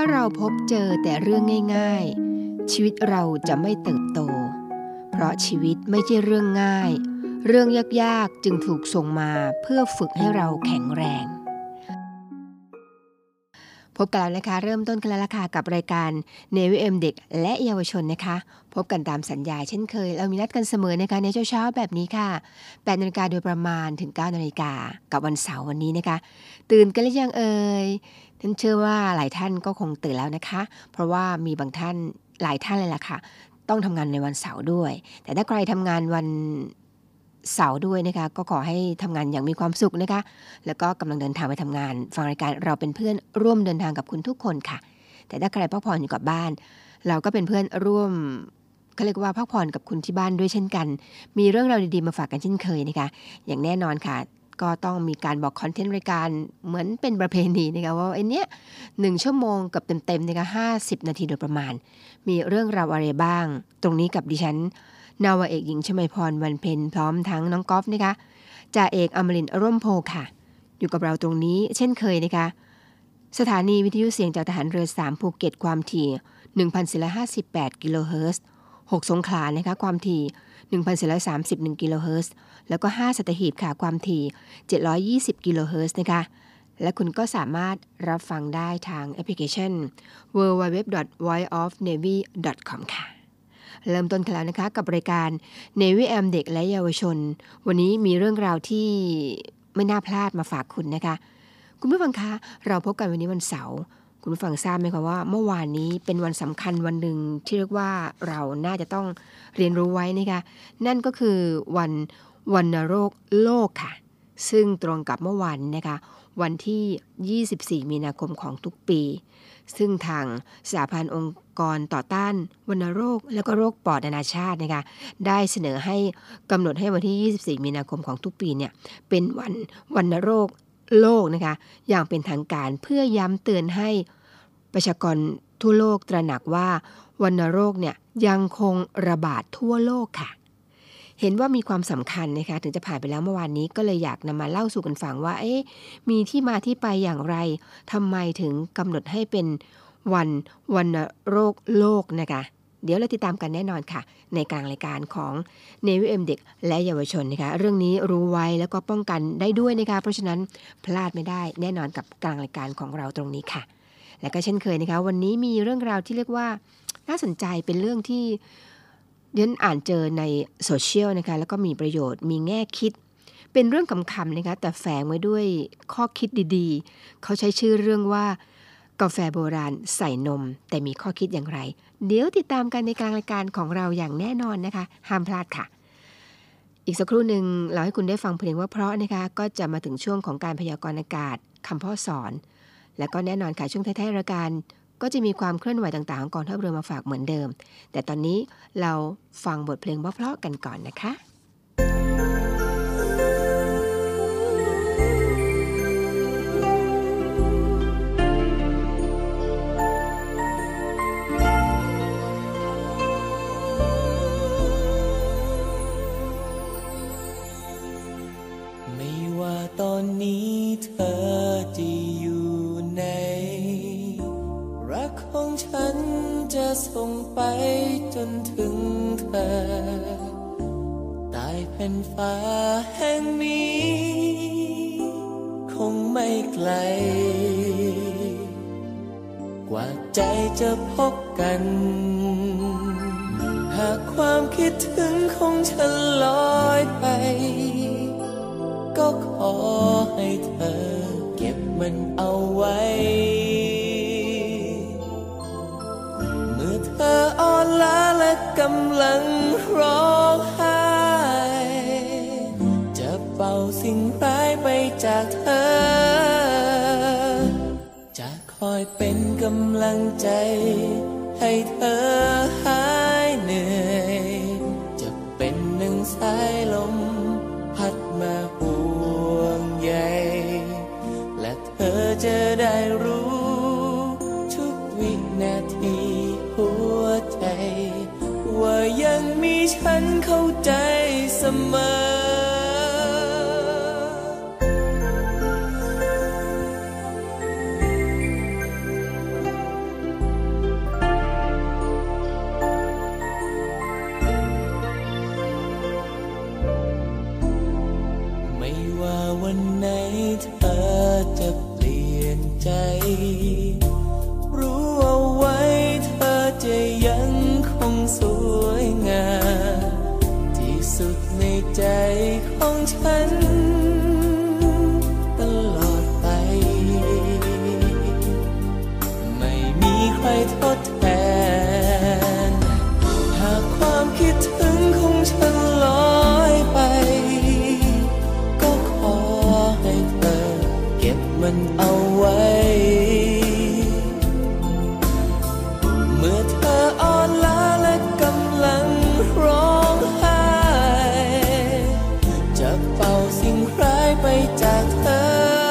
เราพบเจอแต่เรื่องง่ายๆชีวิตเราจะไม่เติบโตเพราะชีวิตไม่ใช่เรื่องง่ายเรื่องยากๆจึงถูกส่งมาเพื่อฝึกให้เราแข็งแรงพบกันแล้วนะคะเริ่มต้นกันแล้วล่ะค่ะกับรายการ NVM เด็กและเยาวชนนะคะพบกันตามสัญญาเช่นเคยเรามีนัดกันเสมอนะคะในเช้าๆแบบนี้ค่ะ 8 นาฬิกาโดยประมาณถึง 9 นาฬิกากับวันเสาร์วันนี้นะคะตื่นกันหรือยังเอ่ยฉันเชื่อว่าหลายท่านก็คงตื่นแล้วนะคะเพราะว่ามีบางท่านหลายท่านเลยล่ะค่ะต้องทำงานในวันเสาร์ด้วยแต่ถ้าใครทำงานวันเสาร์ด้วยนะคะก็ขอให้ทำงานอย่างมีความสุขนะคะแล้วก็กำลังเดินทางไปทำงานฟังรายการเราเป็นเพื่อนร่วมเดินทางกับคุณทุกคนค่ะแต่ถ้าใครพักผ่อนอยู่กับบ้านเราก็เป็นเพื่อนร่วมเขาเรียกว่าพักผ่อนกับคุณที่บ้านด้วยเช่นกันมีเรื่องราวดีๆมาฝากกันเช่นเคยนะคะอย่างแน่นอนค่ะก็ต้องมีการบอกคอนเทนต์รายการเหมือนเป็นประเพณีนะคะว่าไอ้เนี้ย1 ชั่วโมงกับเต็มๆนะคะ50 นาทีโดยประมาณมีเรื่องราวอะไรบ้างตรงนี้กับดิฉันนาวาเอกหญิงชมัยพรวันเพ็ญพร้อมทั้งน้องก๊อฟนะคะจ่าเอกอมรินทร์ร่มโพค่ะอยู่กับเราตรงนี้เช่นเคยนะคะสถานีวิทยุเสียงจากทหารเรือ3ภูเก็ตความถี่ 1,458 กิโลเฮิรตซ์6สงขลานะคะความถี่ 1,431 กิโลเฮิรตซ์แล้วก็5สัตหีบค่ะความถี่720 กิโลเฮิรตซ์นะคะและคุณก็สามารถรับฟังได้ทางแอปพลิเคชัน www.voiceofnavy.com ค่ะเริ่มต้นกันแล้วนะคะกับรายการ NVM เด็กและเยาวชนวันนี้มีเรื่องราวที่ไม่น่าพลาดมาฝากคุณนะคะคุณผู้ฟังคะเราพบกันวันนี้วันเสาร์คุณผู้ฟังทราบไหมคะว่าเมื่อวานนี้เป็นวันสำคัญวันหนึ่งที่เรียกว่าเราน่าจะต้องเรียนรู้ไว้นะคะนั่นก็คือวันวัณโรคโลกค่ะซึ่งตรงกับเมื่อวานนะคะวันที่24 มีนาคมของทุกปีซึ่งทางสหพันธ์องค์กรต่อต้านวัณโรคและก็โรคปอดนานาชาตินะคะได้เสนอให้กำหนดให้วันที่24 มีนาคมของทุกปีเนี่ยเป็นวันวัณโรคโลกนะคะอย่างเป็นทางการเพื่อย้ำเตือนให้ประชากรทั่วโลกตระหนักว่าวัณโรคเนี่ยยังคงระบาดทั่วโลกค่ะเห็นว่ามีความสำคัญนะคะถึงจะผ่านไปแล้วเมื่อวานนี้ก็เลยอยากนำมาเล่าสู่กันฟังว่ามีที่มาที่ไปอย่างไรทำไมถึงกำหนดให้เป็นวันวัณโรคโลกนะคะเดี๋ยวเราติดตามกันแน่นอนค่ะในกลางรายการของ NVM เด็กและเยาวชนนะคะเรื่องนี้รู้ไว้แล้วก็ป้องกันได้ด้วยนะคะเพราะฉะนั้นพลาดไม่ได้แน่นอนกับกลางรายการของเราตรงนี้ค่ะและก็เช่นเคยนะคะวันนี้มีเรื่องราวที่เรียกว่าน่าสนใจเป็นเรื่องที่เดินอ่านเจอในโซเชียลนะคะแล้วก็มีประโยชน์มีแง่คิดเป็นเรื่องคำๆนะคะแต่แฝงไว้ด้วยข้อคิดดีๆเขาใช้ชื่อเรื่องว่ากาแฟโบราณใส่นมแต่มีข้อคิดอย่างไรเดี๋ยวติดตามกันในกลางรายการของเราอย่างแน่นอนนะคะห้ามพลาดค่ะอีกสักครู่หนึ่งเราให้คุณได้ฟังเพลงว่าเพราะนะคะก็จะมาถึงช่วงของการพยากรณ์อากาศคำพ่อสอนและก็แน่นอนค่ะช่วงท้ายๆรายการก็จะมีความเคลื่อนไหวต่างๆของกองทัพเรือมาฝากเหมือนเดิมแต่ตอนนี้เราฟังบทเพลงเพราะๆกันก่อนนะคะไม่ว่าตอนนี้เธอจะอยู่ไหนรักของฉันจะส่งไปจนถึงเธอใต้แผ่นฟ้าแห่งนี้คงไม่ไกลกว่าใจจะพบกันหากความคิดถึงของฉันลอยไปก็ขอให้เธอเก็บมันเอาไว้เมื่อเธออ่อนล้าและกำลังร้องไห้จะเป่าสิ่งร้ายไปจากเธอจะคอยเป็นกำลังใจให้เธอหายเหนื่อยจะเป็นหนึ่งสายลมพัดมาห่วงใยและเธอจะได้รู้ทุกวินาทีหัวใจว่ายังมีฉันเข้าใจเสมอไหนเธอจะเปลี่ยนใจรู้เอาไว้เธอจะยังคงสวยงามที่สุดในใจของฉันตลอดไปไม่มีใครทดแทนหากความคิดถึงของฉันลอยไปก็ขอให้เธอเก็บมันเอาไว้เมื่อเธออ่อนล้าและกำลังร้องไห้จะเป่าสิ่งร้ายไปจากเธอ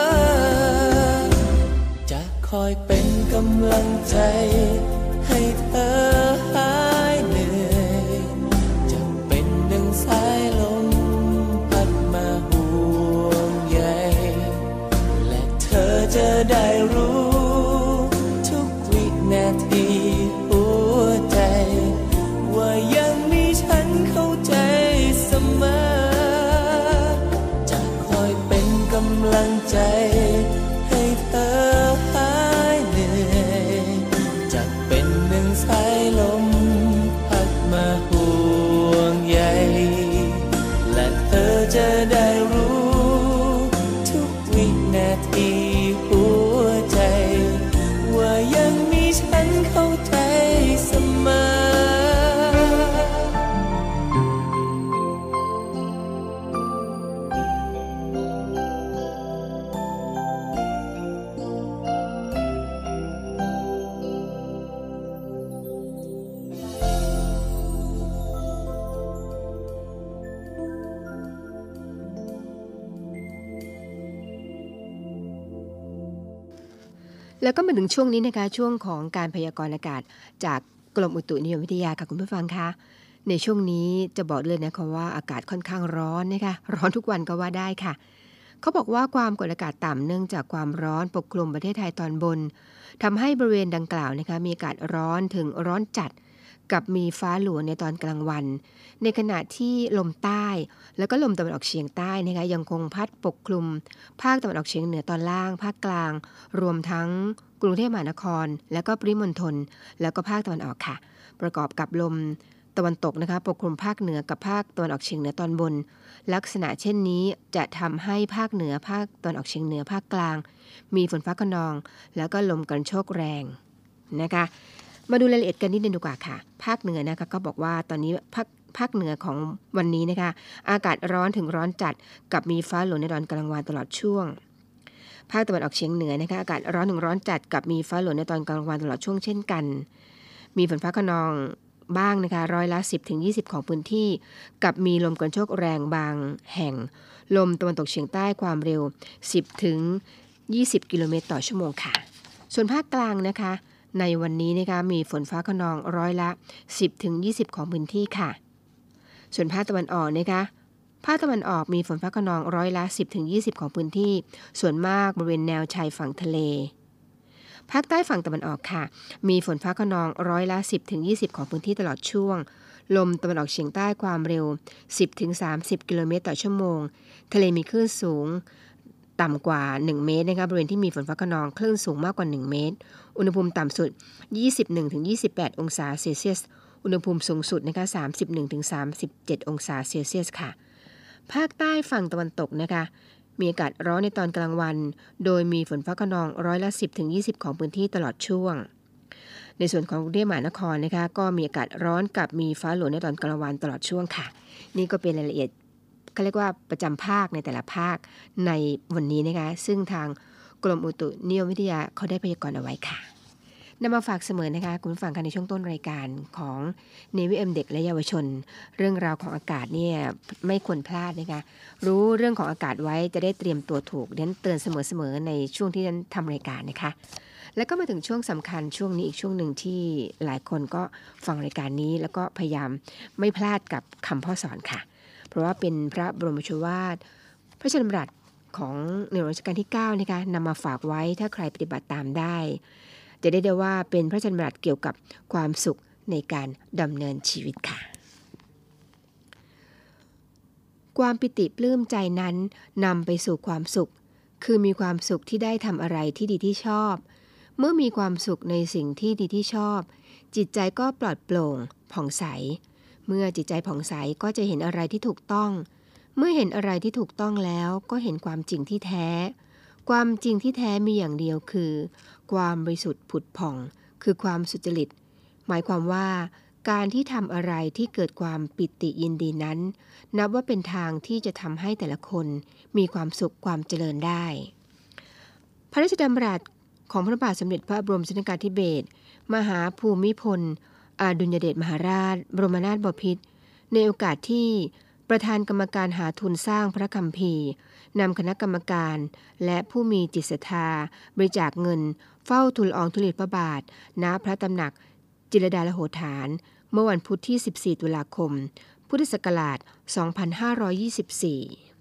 จะคอยเป็นกำลังใจให้เธอหายเหนื่อยจะเป็นดังสายลมพัดมาห่วงใยและเธอจะได้รู้ทุกวินาทีหัวใจว่ายังมีฉันเข้าใจเสมอจะคอยเป็นกำลังใจให้เธอหายเหนื่อยจะเป็นดังสายลมพัดมาห่วงใยและเธอจะได้รู้ทุกวินาทีหัวใจว่ายังมีฉันเข้าใจเสมอแล้วก็มาถึงช่วงนี้นะคะช่วงของการพยากรณ์อากาศจากกรมอุตุนิยมวิทยาค่ะคุณผู้ฟังคะในช่วงนี้จะบอกเลยนะคะว่าอากาศค่อนข้างร้อนนะคะร้อนทุกวันก็ว่าได้ค่ะเขาบอกว่าความกดอากาศต่ำเนื่องจากความร้อนปกคลุมประเทศไทยตอนบนทำให้บริเวณดังกล่าวนะคะมีอากาศร้อนถึงร้อนจัดกับมีฟ้าหลวงในตอนกลางวันในขณะที่ลมใต้แล้วก็ลมตะวันออกเฉียงใต้นะคะยังคงพัดปกคลุมภาคตะวันออกเฉียงเหนือตอนล่างภาคกลางรวมทั้งกรุงเทพมหานครและก็ปริมณฑลแล้วก็ภาคตะวันออกค่ะประกอบกับลมตะวันตกนะคะปกคลุมภาคเหนือกับภาคตะวันออกเฉียงเหนือตอนบนลักษณะเช่นนี้จะทำให้ภาคเหนือภาคตะวันออกเฉียงเหนือภาคกลางมีฝนฟ้าคะนองแล้วก็ลมกระโชกแรงนะคะมาดูรายละเอียดกันนิดนึงดีกว่าค่ะภาคเหนือนะคะก็บอกว่าตอนนี้ภาคเหนือของวันนี้นะคะอากาศร้อนถึงร้อนจัดกับมีฟ้าหลวงในตอนกลางวันตลอดช่วงภาคตะวันออกเฉียงเหนือนะคะอากาศร้อนถึงร้อนจัดกับมีฟ้าหลวงในตอนกลางวันตลอดช่วงเช่นกันมีฝนฟ้าคะนองบ้างนะคะร้อยละ 10-20 ของพื้นที่กับมีลมกระโชกแรงบางแห่งลมตะวันตกเฉียงใต้ความเร็ว 10-20 กิโลเมตรต่อชั่วโมงค่ะส่วนภาคกลางนะคะในวันนี้นะคะมีฝนฟ้าคะนองร้อยละ 10-20 ของพื้นที่ค่ะส่วนภาคตะวันออกนะคะภาคตะวันออกมีฝนฟ้าคะนองร้อยละ 10-20 ของพื้นที่ส่วนมากบริเวณแนวชายฝั่งทะเลภาคใต้ฝั่งตะวันออกค่ะมีฝนฟ้าคะนองร้อยละ 10-20 ของพื้นที่ตลอดช่วงลมตะวันออกเฉียงใต้ความเร็ว 10-30 กิโลเมตรต่อชั่วโมงทะเลมีคลื่นสูงต่ำกว่า1เมตรนะคะบริเวณที่มีฝนฟ้าคะนองคลื่นสูงมากกว่า1เมตรอุณหภูมิต่ำสุด 21-28 องศาเซลเซียสอุณหภูมิสูงสุดนะคะ 31-37 องศาเซลเซียสค่ะภาคใต้ฝั่งตะวันตกนะคะมีอากาศร้อนในตอนกลางวันโดยมีฝนฟ้าคะนองร้อยละ 10-20 ของพื้นที่ตลอดช่วงในส่วนของกรุงเทพมหานครนะคะก็มีอากาศร้อนกับมีฟ้าหลวงในตอนกลางวันตลอดช่วงค่ะนี่ก็เป็นรายละเอียดเขาเรียกว่าประจำภาคในแต่ละภาคในวันนี้นะคะซึ่งทางกรมอุตุนิยมวิทยาเขาได้พยากรณ์เอาไว้ค่ะนำมาฝากเสมอนะคะคุณผู้ฟังกันในช่วงต้นรายการของ NVM เด็กและเยาวชนเรื่องราวของอากาศเนี่ยไม่ควรพลาดนะคะรู้เรื่องของอากาศไว้จะได้เตรียมตัวถูกดังนั้นเตือนเสมอในช่วงที่นั้นทำรายการนะคะแล้วก็มาถึงช่วงสำคัญช่วงนี้อีกช่วงหนึ่งที่หลายคนก็ฟังรายการนี้แล้วก็พยายามไม่พลาดกับคำพ่อสอนค่ะเพราะว่าเป็นพระบรมโชวาทพระราชดำรัสของในรัชกาลที่9นะคะนำมาฝากไว้ถ้าใครปฏิบัติตามได้จะได้ว่าเป็นพระราชดำรัสเกี่ยวกับความสุขในการดำเนินชีวิตค่ะความปิติปลื้มใจนั้นนำไปสู่ความสุขคือมีความสุขที่ได้ทำอะไรที่ดีที่ชอบเมื่อมีความสุขในสิ่งที่ดีที่ชอบจิตใจก็ปลอดโปร่งผ่องใสเมื่อจิตใจผ่องใสก็จะเห็นอะไรที่ถูกต้องเมื่อเห็นอะไรที่ถูกต้องแล้วก็เห็นความจริงที่แท้ความจริงที่แท้มีอย่างเดียวคือความบริสุทธิ์ผุดผ่องคือความสุจริตหมายความว่าการที่ทำอะไรที่เกิดความปิติยินดีนั้นนับว่าเป็นทางที่จะทำให้แต่ละคนมีความสุขความเจริญได้พระราชดำรัสของพระบาทสมเด็จพระบรมชนกาธิเบศรมหาภูมิพลอดุลยเดชมหาราชบรมนาถบพิตรในโอกาสที่ประธานกรรมการหาทุนสร้างพระคัมภีร์นำคณะกรรมการและผู้มีจิตศรัทธาบริจาคเงินเฝ้าทูลละอองธุลีพระบาทณพระตำหนักจิรดาลโหฐานเมื่อวันพุธที่14ตุลาคมพุทธศักราช2524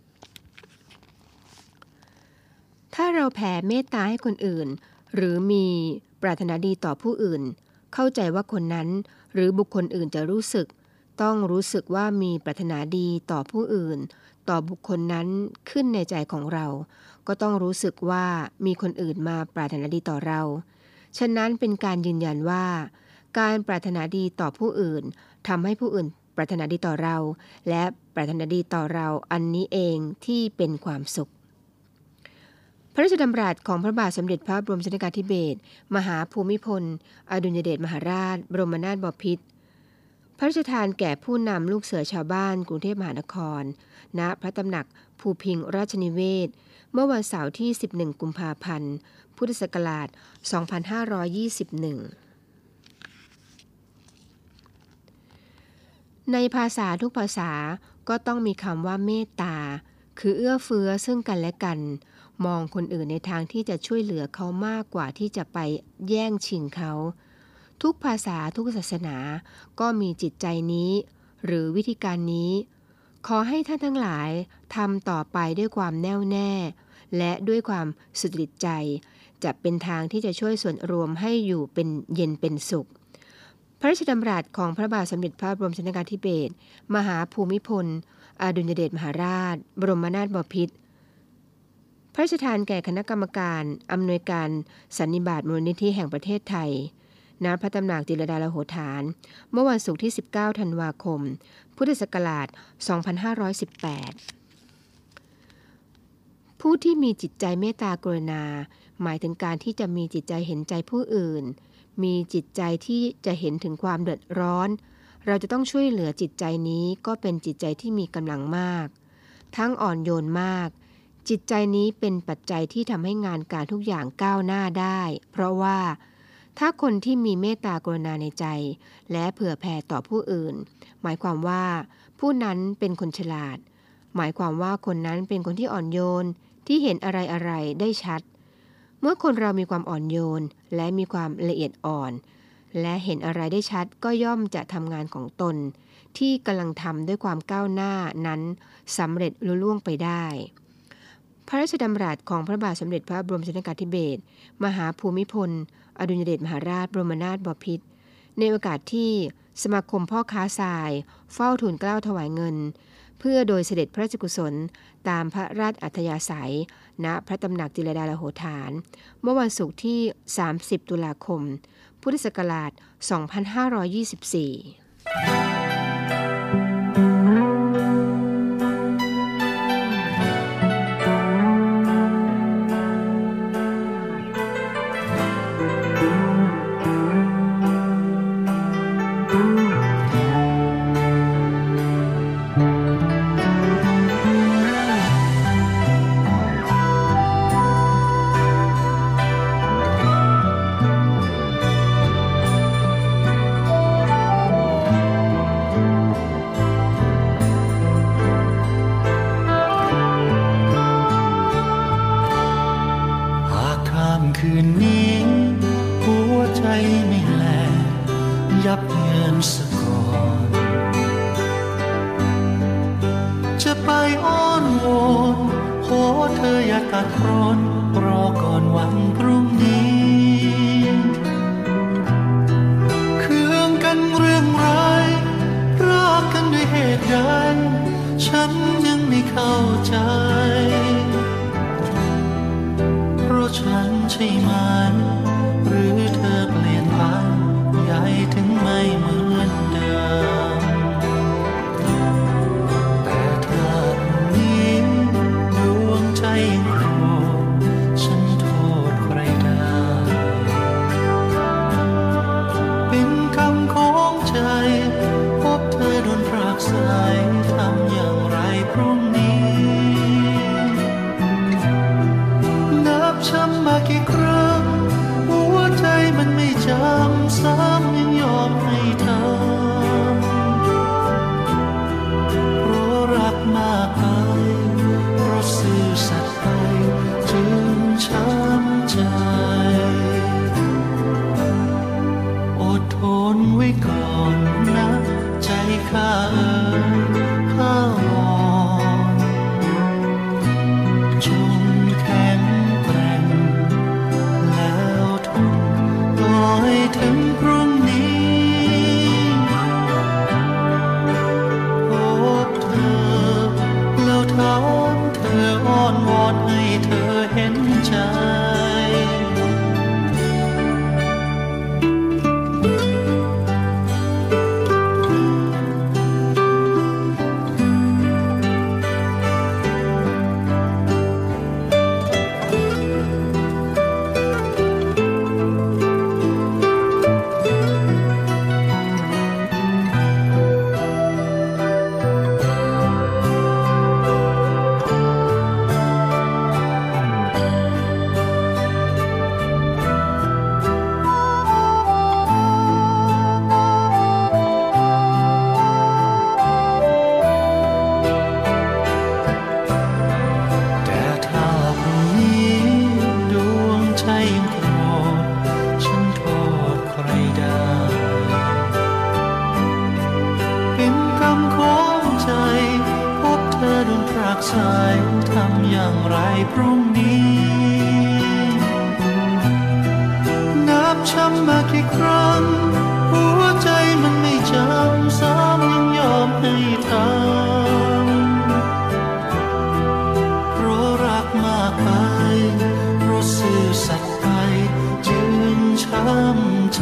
ถ้าเราแผ่เมตตาให้คนอื่นหรือมีปรารถนาดีต่อผู้อื่นเข้าใจว่าคนนั้นหรือบุคคลอื่นจะรู้สึกต้องรู้สึกว่ามีปรารถนาดีต่อผู้อื่นต่อบุคคลนั้นขึ้นในใจของเราก็ต้องรู้สึกว่ามีคนอื่นมาปรารถนาดีต่อเราฉะนั้นเป็นการยืนยันว่าการปรารถนาดีต่อผู้อื่นทำให้ผู้อื่นปรารถนาดีต่อเราและปรารถนาดีต่อเราอันนี้เองที่เป็นความสุขพระราชดำรัสของพระบาทสมเด็จพระบรมชนกาธิเบศรมหาภูมิพลอดุลยเดชมหาราชบรมนาถบพิตรพระราชทานแก่ผู้นำลูกเสือชาวบ้านกรุงเทพมหานครณพระตำหนักภูพิงค์ราชนิเวศน์เมื่อวันเสาร์ที่11กุมภาพันธ์พุทธศักราช2521ในภาษาทุกภาษาก็ต้องมีคำว่าเมตตาคือเอื้อเฟื้อซึ่งกันและกันมองคนอื่นในทางที่จะช่วยเหลือเขามากกว่าที่จะไปแย่งชิงเขาทุกภาษาทุกศาสนาก็มีจิตใจนี้หรือวิธีการนี้ขอให้ท่านทั้งหลายทำต่อไปด้วยความแน่วแน่และด้วยความสุจริตใจจะเป็นทางที่จะช่วยส่วนรวมให้อยู่เป็นเย็นเป็นสุขพระราชดำรัสของพระบาทสมเด็จพระบรมชนกาธิเบศรมหาภูมิพลอดุลยเดชมหาราชบรมนาถบพิตรพระราชทานแก่คณะกรรมการอำนวยการสันนิบาตมูลนิธิแห่งประเทศไทยณพระตำหนักจิรดาลโหฐานเมื่อวันศุกร์ที่19ธันวาคมพุทธศักราช2518ผู้ที่มีจิตใจเมตตากรุณาหมายถึงการที่จะมีจิตใจเห็นใจผู้อื่นมีจิตใจที่จะเห็นถึงความเดือดร้อนเราจะต้องช่วยเหลือจิตใจนี้ก็เป็นจิตใจที่มีกำลังมากทั้งอ่อนโยนมากจิตใจนี้เป็นปัจจัยที่ทำให้งานการทุกอย่างก้าวหน้าได้เพราะว่าถ้าคนที่มีเมตตากรุณาในใจและเผื่อแผ่ต่อผู้อื่นหมายความว่าผู้นั้นเป็นคนฉลาดหมายความว่าคนนั้นเป็นคนที่อ่อนโยนที่เห็นอะไรๆได้ชัดเมื่อคนเรามีความอ่อนโยนและมีความละเอียดอ่อนและเห็นอะไรได้ชัดก็ย่อมจะทำงานของตนที่กำลังทำด้วยความก้าวหน้านั้นสำเร็จลุล่วงไปได้พระราชดำรัสของพระบาทสมเด็จพระบรมชนกาธิเบศรมหาภูมิพลอดุลยเดชมหาราชบรมนาถบพิตรในโอกาสที่สมาคมพ่อค้าทรายเฝ้าทูลเกล้าถวายเงินเพื่อโดยเสด็จพระราชกุศลตามพระราชอัธยาศัยณพระตำหนักจิรดาลโหฐานเมื่อวันศุกร์ที่30ตุลาคมพุทธศักราช2524 คืนนี้หัวใจไม่แลยับเยินสะก่อนจะไปอ้อนวอนขอเธออย่าตัดร้อนรอก่อนวันพรุ่งนี้เคืองกันเรื่องร้ายรักกันด้วยเหตุใดฉันยังไม่เข้าใจใช่ไหมหรือเธอเปลี่ยนไปใหญ่ถึงไม่เหมือนเดิมแต่ถ้าพรุ่งนี้ดวงใจยังโกรธฉันโทษใครได้เป็นกรรมของใจพบเธอโดนพรากสายทำอย่างไรพรุ่งนี้นับช้ำมากี่ครั้งหัวใจมันไม่จำซ้ำยังยอมให้ทำเพราะรักมากไปเพราะซื่อสัตย์ไปจึงช้ำใจอดทนไว้ก่อนนะใจข้าข้าอ่อนจงแข็งแกร่งแล้วทนต่อให้ถึงพรุ่งนี้พบเธอแล้วถามเธออ้อนวอนให้เธอเห็นใจ สายทำอย่างไรพรุ่งนี้นับช้ำมากี่ครั้งหัวใจมันไม่จำซ้ำยังยอมให้ทำเพราะรักมากไปเพราะซื่อสัตย์ไปจึงช้ำใจ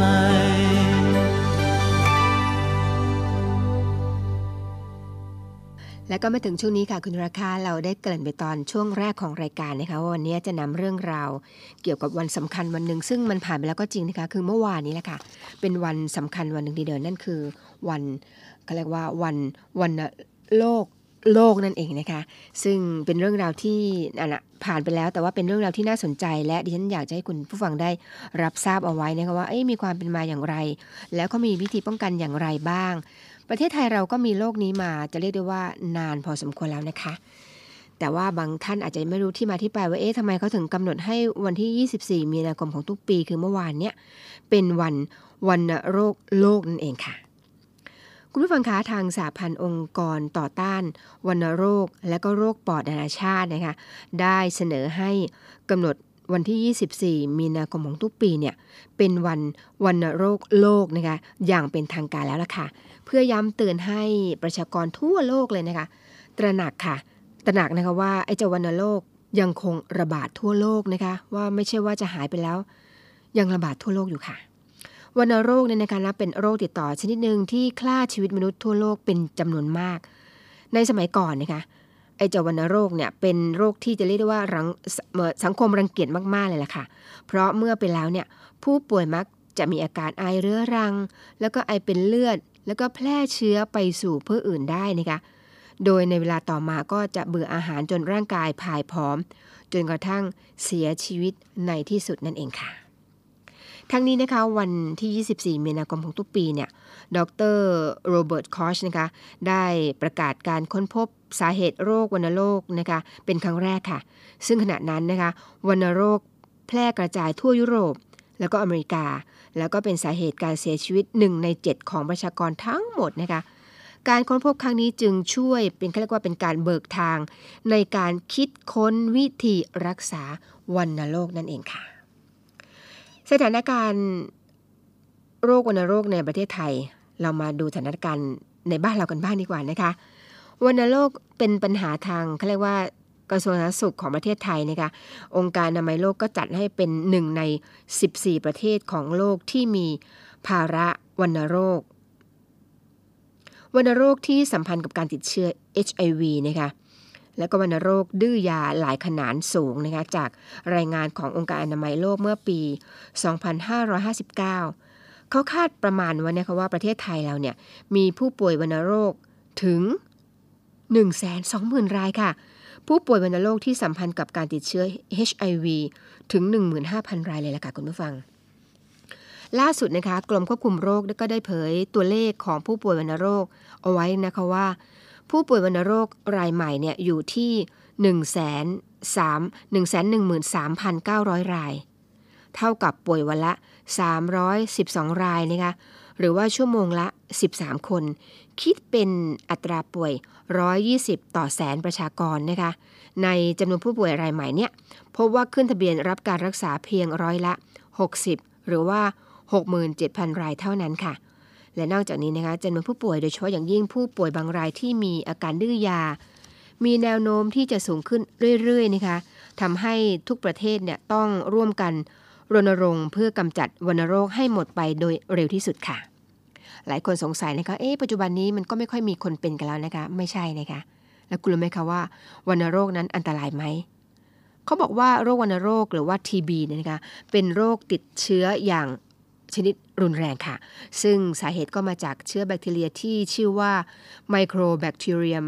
และก็มาถึงช่วงนี้ค่ะคุณราคาเราได้เกริ่นไปตอนช่วงแรกของรายการนะคะว่าวันนี้จะนำเรื่องราวเกี่ยวกับวันสำคัญวันหนึ่งซึ่งมันผ่านไปแล้วก็จริงนะคะคือเมื่อวานนี้แหละค่ะเป็นวันสำคัญวันหนึ่งทีเดียวนั่นคือวันเขาเรียกว่าวันโลกนั่นเองนะคะซึ่งเป็นเรื่องราวที่ผ่านไปแล้วแต่ว่าเป็นเรื่องราวที่น่าสนใจและดิฉันอยากจะให้คุณผู้ฟังได้รับทราบเอาไว้นะคะว่ามีความเป็นมาอย่างไรแล้วเขามีวิธีป้องกันอย่างไรบ้างประเทศไทยเราก็มีโรคนี้มาจะเรียกได้ว่านานพอสมควรแล้วนะคะแต่ว่าบางท่านอาจจะไม่รู้ที่มาที่ไปว่าทำไมเขาถึงกำหนดให้วันที่24มีนาคมของทุกปีคือเมื่อวานเนี้ยเป็นวันโรคนั่นเองค่ะคุณผู้ฟังคะทางสหพันธ์องค์กรต่อต้านวัณโรคและก็โรคปอดนานาชาตินะคะได้เสนอให้กำหนดวันที่24มีนาคมของทุกปีเนี่ยเป็นวัณโรคนะคะอย่างเป็นทางการแล้วล่ะค่ะเพื่อย้ำเตือนให้ประชากรทั่วโลกเลยนะคะตระหนักนะคะว่าไอ้เจ้าวัณโรคยังคงระบาดทั่วโลกนะคะว่าไม่ใช่ว่าจะหายไปแล้วยังระบาดทั่วโลกอยู่ค่ะวัณโรคเนี่ยนะคะนับเป็นโรคติดต่อชนิดหนึ่งที่ฆ่าชีวิตมนุษย์ทั่วโลกเป็นจำนวนมากในสมัยก่อนนะคะไอ้เจ้าวัณโรคเนี่ยเป็นโรคที่จะเรียกได้ว่าสังคมรังเกียจมากๆเลยล่ะค่ะเพราะเมื่อเป็นแล้วเนี่ยผู้ป่วยมักจะมีอาการไอเรื้อรังแล้วก็ไอเป็นเลือดแล้วก็แพร่เชื้อไปสู่ผู้อื่นได้นะคะโดยในเวลาต่อมาก็จะเบื่ออาหารจนร่างกายผ่ายผอมจนกระทั่งเสียชีวิตในที่สุดนั่นเองค่ะทั้งนี้นะคะวันที่24มีนาคมของทุกปีเนี่ยดร.โรเบิร์ตคอชนะคะได้ประกาศการค้นพบสาเหตุโรควัณโรคนะคะเป็นครั้งแรกค่ะซึ่งขณะนั้นนะคะวัณโรคแพร่กระจายทั่วยุโรปแล้วก็อเมริกาแล้วก็เป็นสาเหตุการเสียชีวิต1ใน7ของประชากรทั้งหมดนะคะการค้นพบครั้งนี้จึงช่วยเป็นเรียกว่าเป็นการเบิกทางในการคิดค้นวิธีรักษาวัณโรคนั่นเองค่ะสถานการณ์โรควัณโรคในประเทศไทยเรามาดูสถานการณ์ในบ้านเรากันบ้างดีกว่านะคะวัณโรคเป็นปัญหาทางเขาเรียกว่ากระทรวงสาธารณสุขของประเทศไทยนะคะองค์การอนามัยโลกก็จัดให้เป็น1ใน14ประเทศของโลกที่มีภาระวัณโรคที่สัมพันธ์กับการติดเชื้อ HIV นะคะและก็วัณโรคดื้อยาหลายขนาดสูงนะคะจากรายงานขององค์การอนามัยโลกเมื่อปี 2559 เขาคาดประมาณว่านะคะว่าประเทศไทยเราเนี่ยมีผู้ป่วยวัณโรคถึง 120,000 รายค่ะผู้ป่วยวัณโรคที่สัมพันธ์กับการติดเชื้อ HIV ถึง 15,000 รายเลยล่ะค่ะคุณผู้ฟังล่าสุดนะคะกรมควบคุมโรคก็ได้เผยตัวเลขของผู้ป่วยวัณโรคเอาไว้นะคะว่าผู้ป่วยวัณโรครายใหม่เนี่ยอยู่ที่ 113,900 รายเท่ากับป่วยวันละ312 รายนะคะหรือว่าชั่วโมงละ13คนคิดเป็นอัตราป่วย120ต่อแสนประชากรนะคะในจำนวนผู้ป่วยรายใหม่เนี่ยพบว่าขึ้นทะเบียนรับการรักษาเพียงร้อยละ60หรือว่า 67,000 รายเท่านั้นค่ะและนอกจากนี้นะคะจำนวนผู้ป่วยโดยเฉพาะอย่างยิ่งผู้ป่วยบางรายที่มีอาการดื้อยามีแนวโน้มที่จะสูงขึ้นเรื่อยๆนะคะทำให้ทุกประเทศเนี่ยต้องร่วมกันรณรงค์เพื่อกำจัดวัณโรคให้หมดไปโดยเร็วที่สุดค่ะหลายคนสงสัยนะคะปัจจุบันนี้มันก็ไม่ค่อยมีคนเป็นกันแล้วนะคะไม่ใช่นะคะแล้วคุณรู้ไหมคะว่าวัณโรคนั้นอันตรายไหมเขาบอกว่าโรควัณโรคหรือว่า TB เนี่ยนะคะเป็นโรคติดเชื้ออย่างชนิดรุนแรงค่ะซึ่งสาเหตุก็มาจากเชื้อแบคทีเรียที่ชื่อว่า Mycobacterium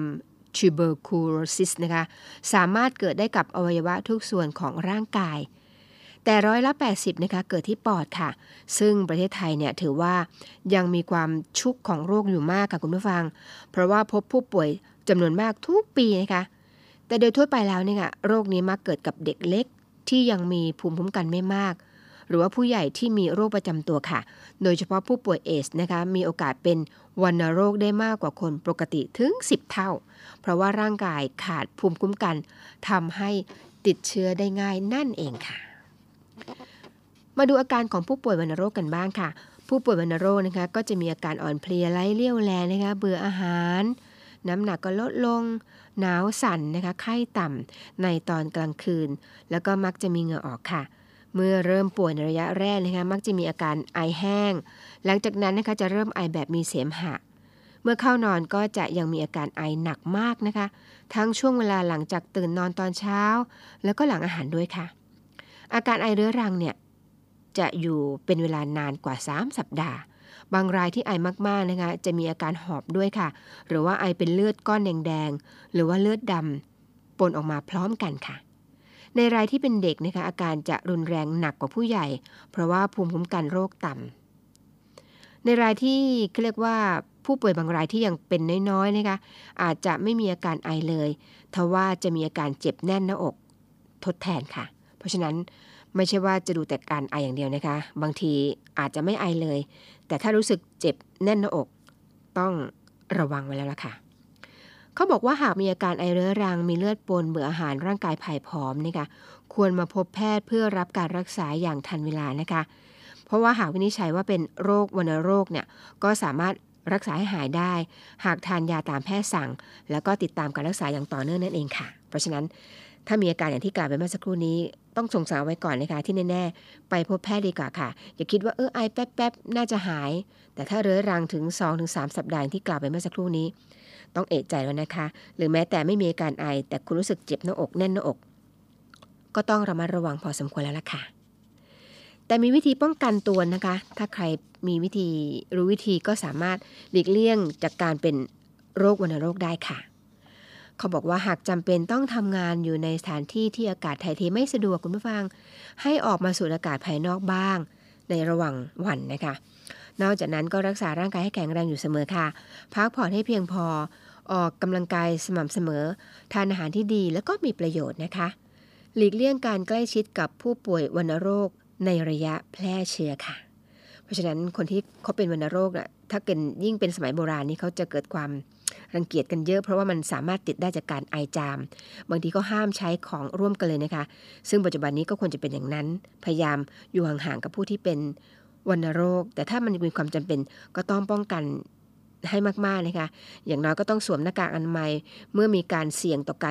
tuberculosis นะคะสามารถเกิดได้กับอวัยวะทุกส่วนของร่างกายแต่ร้อยละ80นะคะเกิดที่ปอดค่ะซึ่งประเทศไทยเนี่ยถือว่ายังมีความชุกของโรคอยู่มากค่ะคุณผู้ฟังเพราะว่าพบผู้ป่วยจำนวนมากทุกปีนะคะแต่โดยทั่วไปแล้วเนี่ยโรคนี้มักเกิดกับเด็กเล็กที่ยังมีภูมิคุ้มกันไม่มากหรือว่าผู้ใหญ่ที่มีโรคประจำตัวค่ะโดยเฉพาะผู้ป่วยเอดส์นะคะมีโอกาสเป็นวัณโรคได้มากกว่าคนปกติถึง10เท่าเพราะว่าร่างกายขาดภูมิคุ้มกันทำให้ติดเชื้อได้ง่ายนั่นเองค่ะมาดูอาการของผู้ป่วยวัณโรคกันบ้างค่ะผู้ป่วยวัณโรคนะคะก็จะมีอาการอ่อนเพลียไร้เรี่ยวแรงนะคะเบื่ออาหารน้ำหนักก็ลดลงหนาวสั่นนะคะไข้ต่ำในตอนกลางคืนแล้วก็มักจะมีเหงื่อออกค่ะเมื่อเริ่มป่วยในระยะแรกนะคะมักจะมีอาการไอแห้งหลังจากนั้นนะคะจะเริ่มไอแบบมีเสมหะเมื่อเข้านอนก็จะยังมีอาการไอหนักมากนะคะทั้งช่วงเวลาหลังจากตื่นนอนตอนเช้าแล้วก็หลังอาหารด้วยค่ะอาการไอเรื้อรังเนี่ยจะอยู่เป็นเวลานานกว่า3สัปดาห์บางรายที่ไอมากๆนะคะจะมีอาการหอบด้วยค่ะหรือว่าไอเป็นเลือดก้อนแดงๆหรือว่าเลือดดำปนออกมาพร้อมกันค่ะในรายที่เป็นเด็กนะคะอาการจะรุนแรงหนักกว่าผู้ใหญ่เพราะว่าภูมิคุ้มกันโรคต่ำในรายที่เรียกว่าผู้ป่วยบางรายที่ยังเป็นน้อยๆนะคะอาจจะไม่มีอาการไอเลยทว่าจะมีอาการเจ็บแน่นหน้าอกทดแทนค่ะเพราะฉะนั้นไม่ใช่ว่าจะดูแต่การไออย่างเดียวนะคะบางทีอาจจะไม่ไอเลยแต่ถ้ารู้สึกเจ็บแน่นหน้าอกต้องระวังไว้แล้วล่ะค่ะเขาบอกว่าหากมีอาการไอเรื้อรังมีเลือดปนเบื่ออาหารร่างกายผ่ายผอมนะคะควรมาพบแพทย์เพื่อรับการรักษาอย่างทันเวลานะคะเพราะว่าหากวินิจฉัยว่าเป็นโรควัณโรคเนี่ยก็สามารถรักษาให้หายได้หากทานยาตามแพทย์สั่งแล้วก็ติดตามการรักษาอย่างต่อเนื่องนั่นเองค่ะเพราะฉะนั้นถ้ามีอาการอย่างที่กล่าวไปเมื่อสักครู่นี้ต้องสงสัยไว้ก่อนนะคะที่แน่ๆไปพบแพทย์ดีกว่าค่ะอย่าคิดว่าไอแป๊บๆน่าจะหายแต่ถ้าเรื้อรังถึง 2-3 สัปดาห์ที่กล่าวไปเมื่อสักครู่นี้ต้องเอะใจแล้วนะคะหรือแม้แต่ไม่มีอาการไอแต่คุณรู้สึกเจ็บหน้าอกแน่นหน้าอกก็ต้องระมัดระวังพอสมควรแล้วล่ะค่ะแต่มีวิธีป้องกันตัวนะคะถ้าใครมีวิธีรู้วิธีก็สามารถหลีกเลี่ยงจากการเป็นโรควัณโรคได้ค่ะเขาบอกว่าหากจำเป็นต้องทำงานอยู่ในสถานที่ที่อากาศถ่ายเทไม่สะดวกคุณผู้ฟังให้ออกมาสูดอากาศภายนอกบ้างในระหว่างวันนะคะนอกจากนั้นก็รักษาร่างกายให้แข็งแรงอยู่เสมอค่ะพักผ่อนให้เพียงพอออกกำลังกายสม่ำเสมอทานอาหารที่ดีแล้วก็มีประโยชน์นะคะหลีกเลี่ยงการใกล้ชิดกับผู้ป่วยวัณโรคในระยะแพร่เชื้อค่ะเพราะฉะนั้นคนที่เขาเป็นวัณโรคน่ะถ้าเกิดยิ่งเป็นสมัยโบราณนี่เขาจะเกิดความรังเกียจกันเยอะเพราะว่ามันสามารถติดได้จากการไอจามบางทีก็ห้ามใช้ของร่วมกันเลยนะคะซึ่งปัจจุบันนี้ก็ควรจะเป็นอย่างนั้นพยายามอยู่ห่างๆกับผู้ที่เป็นวัณโรคแต่ถ้ามันมีความจำเป็นก็ต้องป้องกันให้มากๆนะคะอย่างน้อยก็ต้องสวมหน้ากากอนามัยเมื่อมีการเสี่ยงต่อการอยู่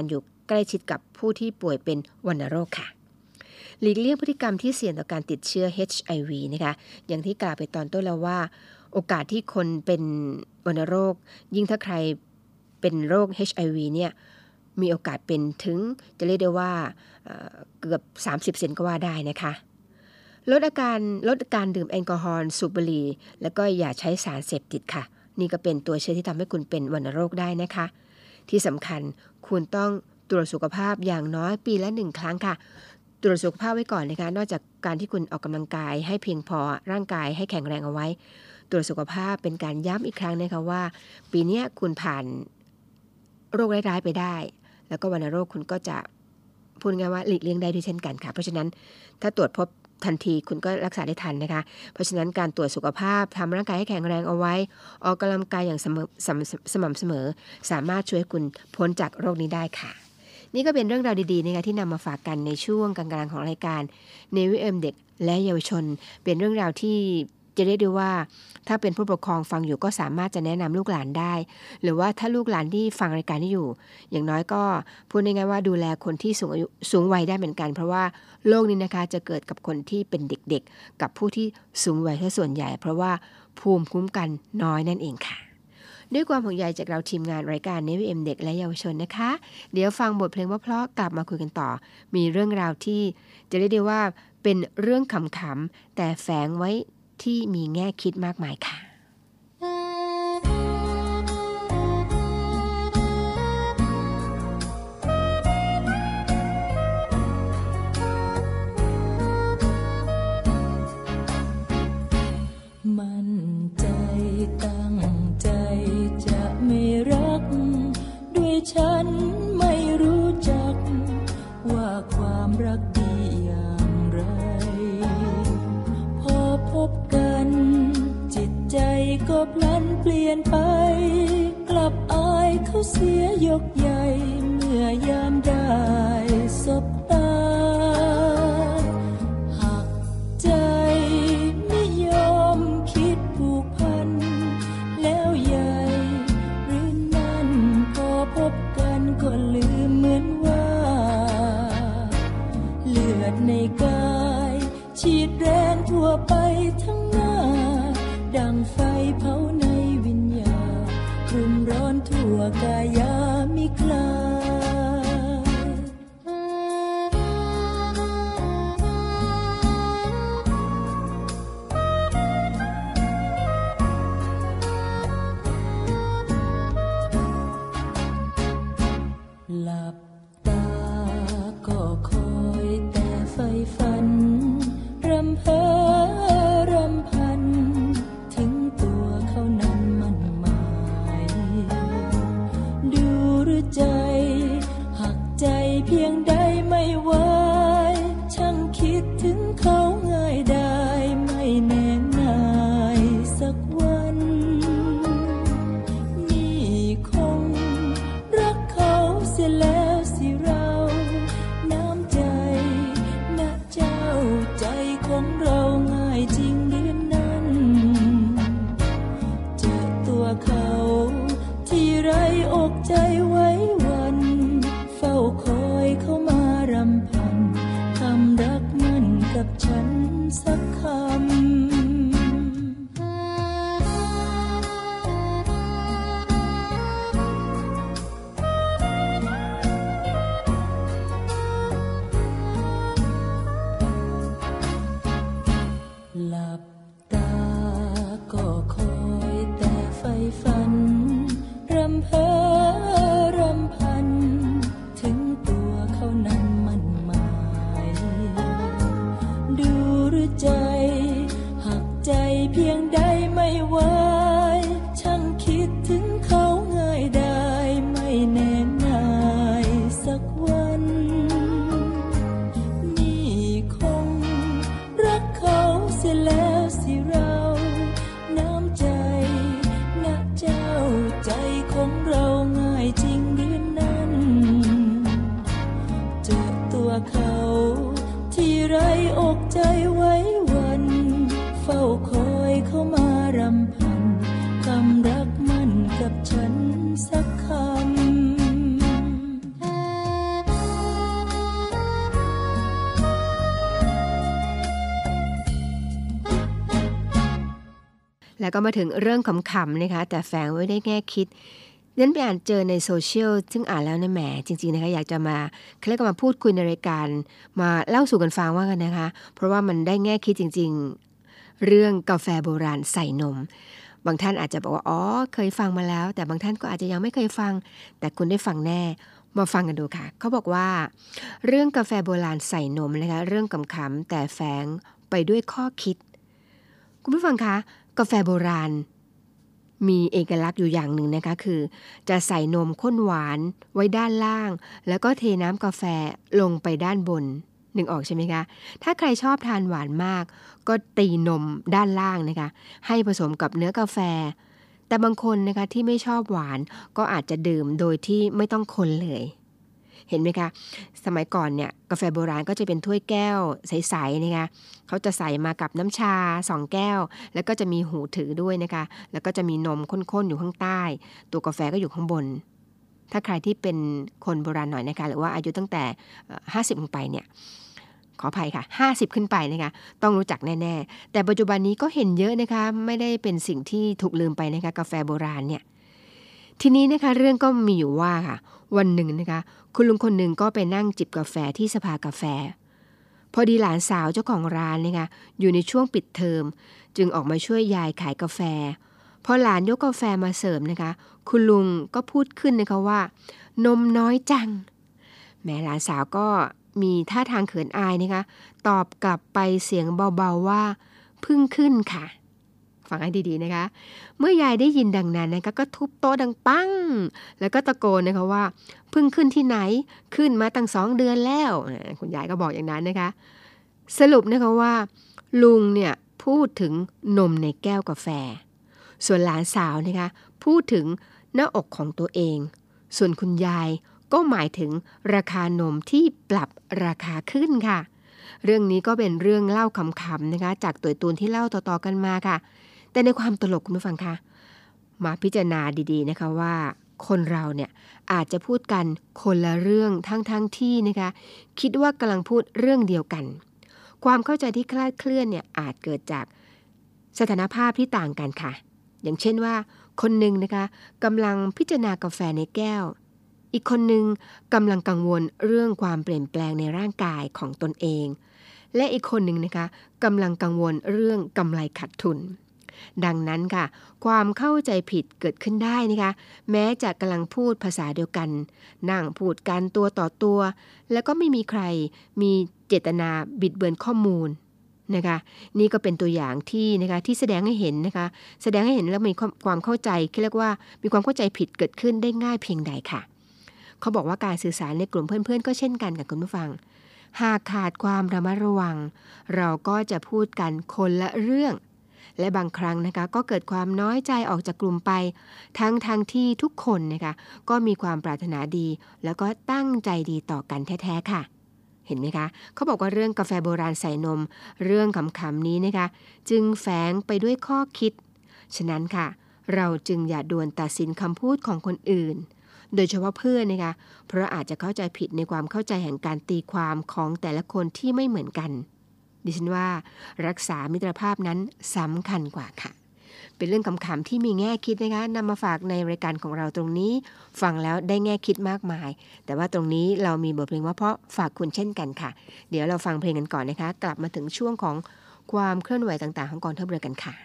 ใกล้ชิดกับผู้ที่ป่วยเป็นวัณโรคค่ะหลีกเลี่ยงพฤติกรรมที่เสี่ยงต่อการติดเชื้อ HIV นะคะอย่างที่กล่าวไปตอนต้นแล้วว่าโอกาสที่คนเป็นวัณโรคยิ่งถ้าใครเป็นโรค HIV เนี่ยมีโอกาสเป็นถึงจะเรียกได้ว่าเกือบ 30% ก็ว่าได้นะคะลดการดื่มแอลกอฮอล์สูบบุหรี่แล้วก็อย่าใช้สารเสพติดค่ะนี่ก็เป็นตัวเชื้อที่ทำให้คุณเป็นวัณโรคได้นะคะที่สำคัญคุณต้องตรวจสุขภาพอย่างน้อยปีละ1 ครั้งค่ะตรวจสุขภาพไว้ก่อนนะคะนอกจากการที่คุณออกกำลังกายให้เพียงพอร่างกายให้แข็งแรงเอาไว้ตรวจสุขภาพเป็นการย้ำอีกครั้งนะคะว่าปีนี้คุณผ่านโรคร้ายๆไปได้แล้วก็วัณโรคคุณก็จะพูดง่ายว่าหลีกเลี่ยงได้ด้วยเช่นกันค่ะเพราะฉะนั้นถ้าตรวจพบทันทีคุณก็รักษาได้ทันนะคะเพราะฉะนั้นการตรวจสุขภาพทำร่างกายให้แข็งแรงเอาไว้ออกกำลังกายอย่างสม่ำเสมอสามารถช่วยคุณพ้นจากโรคนี้ได้ค่ะนี่ก็เป็นเรื่องราวดีๆนะคะที่นำมาฝากกันในช่วงกลางๆของรายการ NVM เด็กและเยาวชนเป็นเรื่องราวที่จะเรียกได้ว่าถ้าเป็นผู้ปกครองฟังอยู่ก็สามารถจะแนะนำลูกหลานได้หรือว่าถ้าลูกหลานที่ฟังรายการนี้อยู่อย่างน้อยก็พูดง่ายๆว่าดูแลคนที่สูงวัยได้เหมือนกันเพราะว่าโรคนี้นะคะจะเกิดกับคนที่เป็นเด็กๆกับผู้ที่สูงวัยซะส่วนใหญ่เพราะว่าภูมิคุ้มกันน้อยนั่นเองค่ะด้วยความห่วงใยจากเราทีมงานรายการ NVM เด็กและเยาวชนนะคะเดี๋ยวฟังบทเพลงเพราะๆกลับมาคุยกันต่อมีเรื่องราวที่จะเรียกได้ว่าเป็นเรื่องขำๆแต่แฝงไว้ที่มีแง่คิดมากมายค่ะมั่นใจตั้งใจจะไม่รักด้วยฉันไม่รู้จักว่าความรักดีอย่างไรพอพบกันจิตใจก็พลันเปลี่ยนไปกลับอายเขาเสียยกใหญ่เมื่อยามได้สบตาหักใจไม่ยอมคิดผูกพันแล้วใหญ่หรือนั่นพอพบกันก็ลืมเหมือนว่าเลือดในกายฉีดแรงทั่วไปทั้งหน้าดังไฟเผาในวิญญาณรุมร้อนทั่วกายามิคลายหลับตาก็คอยแต่ไฟฝันรำเพ้อรำพันถึงตัวเขานั้นมันหมายดูหรือใจหักใจเพียงใดไม่ไหวช่างคิดถึงเขาง่ายได้ไม่แน่นายสักวันนี่คงรักเขาเสียแล้วสิเราน้ำใจนะเจ้าใจของเราง่ายจริงหรือนั้นเจอตัวเขาที่ไรอกใจไว้วันเฝ้าคอยเขามารำพันคำรักมั่นกับฉันสักคำหลับตาก็คอยแต่ไฟฝันรำเพ้อรำพันถึงตัวเขานั้นมันหมายดูหรือใจหักใจเพียงใดไม่ไหวช่างคิดถึงเขาง่ายได้ไม่แน่นายสักวันนี่คงรักเขาเสียแล้วสิเราน้ำใจนะเจ้าใจของเราง่ายจริงหรือนั้นเจอตัวเขาที่ไรอกใจไว้วันเฝ้าคอยเขามารำพันคำรักมั่นกับฉันสักคำแล้วก็มาถึงเรื่องขำๆนะคะแต่แฝงไว้ได้แง่คิดนั้นไปอ่านเจอในโซเชียลซึ่งอ่านแล้วนะแหมจริงๆนะคะอยากจะมาเรียกว่ามาพูดคุยในรายการมาเล่าสู่กันฟังว่ากันนะคะเพราะว่ามันได้แง่คิดจริงๆเรื่องกาแฟโบราณใส่นมบางท่านอาจจะบอกว่าอ๋อเคยฟังมาแล้วแต่บางท่านก็อาจจะยังไม่เคยฟังแต่คุณได้ฟังแน่มาฟังกันดูค่ะเขาบอกว่าเรื่องกาแฟโบราณใส่นมนะคะเรื่องขำๆแต่แฝงไปด้วยข้อคิดคุณผู้ฟังคะกาแฟโบราณมีเอกลักษณ์อยู่อย่างหนึ่งนะคะคือจะใส่นมข้นหวานไว้ด้านล่างแล้วก็เทน้ำกาแฟลงไปด้านบนนึกออกใช่ไหมคะถ้าใครชอบทานหวานมากก็ตีนมด้านล่างนะคะให้ผสมกับเนื้อกาแฟแต่บางคนนะคะที่ไม่ชอบหวานก็อาจจะดื่มโดยที่ไม่ต้องคนเลยเห็นไหมคะสมัยก่อนเนี่ยกาแฟโบราณก็จะเป็นถ้วยแก้วใสๆนะคะเขาจะใส่มากับน้ำชา2แก้วแล้วก็จะมีหูถือด้วยนะคะแล้วก็จะมีนมข้นๆอยู่ข้างใต้ตัวกาแฟก็อยู่ข้างบนถ้าใครที่เป็นคนโบราณหน่อยนะคะหรือว่าอายุตั้งแต่50ลงไปเนี่ยขออภัยค่ะ50ขึ้นไปนะคะต้องรู้จักแน่ๆแต่ปัจจุบันนี้ก็เห็นเยอะนะคะไม่ได้เป็นสิ่งที่ถูกลืมไปนะคะกาแฟโบราณเนี่ยทีนี้นะคะเรื่องก็มีอยู่ว่าค่ะวันหนึ่งนะคะคุณลุงคนหนึ่งก็ไปนั่งจิบกาแฟที่สภากาแฟพอดีหลานสาวเจ้าของร้านนะคะอยู่ในช่วงปิดเทอมจึงออกมาช่วยยายขายกาแฟพอหลานยกกาแฟมาเสิร์ฟนะคะคุณลุงก็พูดขึ้นนะคะว่านมน้อยจังแม่หลานสาวก็มีท่าทางเขินอายนะคะตอบกลับไปเสียงเบาๆว่าเพิ่งขึ้นค่ะฟังให้ดีๆนะคะเมื่อยายได้ยินดังนั้นนะคะก็ทุบโต๊ะดังปังแล้วก็ตะโกนนะคะว่าเพิ่งขึ้นที่ไหนขึ้นมาตั้ง2 เดือนแล้วคุณยายก็บอกอย่างนั้นนะคะสรุปนะคะว่าลุงเนี่ยพูดถึงนมในแก้วกาแฟส่วนหลานสาวนะคะพูดถึงหน้าอกของตัวเองส่วนคุณยายก็หมายถึงราคานมที่ปรับราคาขึ้นค่ะเรื่องนี้ก็เป็นเรื่องเล่าขำๆนะคะจากตัวตูนที่เล่าต่อๆกันมาค่ะแต่ในความตลกคุณผู้ฟังคะมาพิจารณาดีๆนะคะว่าคนเราเนี่ยอาจจะพูดกันคนละเรื่องทั้งที่นะคะคิดว่ากำลังพูดเรื่องเดียวกันความเข้าใจที่คลาดเคลื่อนเนี่ยอาจเกิดจากสถานภาพที่ต่างกันค่ะอย่างเช่นว่าคนหนึ่งนะคะกำลังพิจารณากาแฟในแก้วอีกคนหนึ่งกำลังกังวลเรื่องความเปลี่ยนแปลงในร่างกายของตนเองและอีกคนหนึ่งนะคะกำลังกังวลเรื่องกำไรขาดทุนดังนั้นค่ะความเข้าใจผิดเกิดขึ้นได้นะคะแม้จะกำลังพูดภาษาเดียวกันนั่งพูดกันตัวต่อตัวแล้วก็ไม่มีใครมีเจตนาบิดเบือนข้อมูลนะคะนี่ก็เป็นตัวอย่างที่นะคะที่แสดงให้เห็นนะคะแสดงให้เห็นแล้วมีความเข้าใจเรียกว่ามีความเข้าใจผิดเกิดขึ้นได้ง่ายเพียงใดค่ะเขาบอกว่าการสื่อสารในกลุ่มเพื่อนๆก็เช่นกันกับคุณผู้ฟังหากขาดความระมัดระวังเราก็จะพูดกันคนละเรื่องและบางครั้งนะคะก็เกิดความน้อยใจออกจากกลุ่มไปทั้งที่ทุกคนนะคะก็มีความปรารถนาดีแล้วก็ตั้งใจดีต่อกันแท้ๆค่ะเห็นไหมคะเขาบอกว่าเรื่องกาแฟโบราณใส่นมเรื่องขำๆนี้นะคะจึงแฝงไปด้วยข้อคิดฉะนั้นค่ะเราจึงอย่าด่วนตัดสินคำพูดของคนอื่นโดยเฉพาะเพื่อนนะคะเพราะอาจจะเข้าใจผิดในความเข้าใจแห่งการตีความของแต่ละคนที่ไม่เหมือนกันดิฉันว่ารักษามิตรภาพนั้นสำคัญกว่าค่ะเป็นเรื่องขำๆที่มีแง่คิดนะคะนำมาฝากในรายการของเราตรงนี้ฟังแล้วได้แง่คิดมากมายแต่ว่าตรงนี้เรามีบทเพลงว่าเพราะฝากคุณเช่นกันค่ะเดี๋ยวเราฟังเพลงกันก่อนนะคะกลับมาถึงช่วงของความเคลื่อนไหวต่างๆของกองทัพเรือกันค่ะ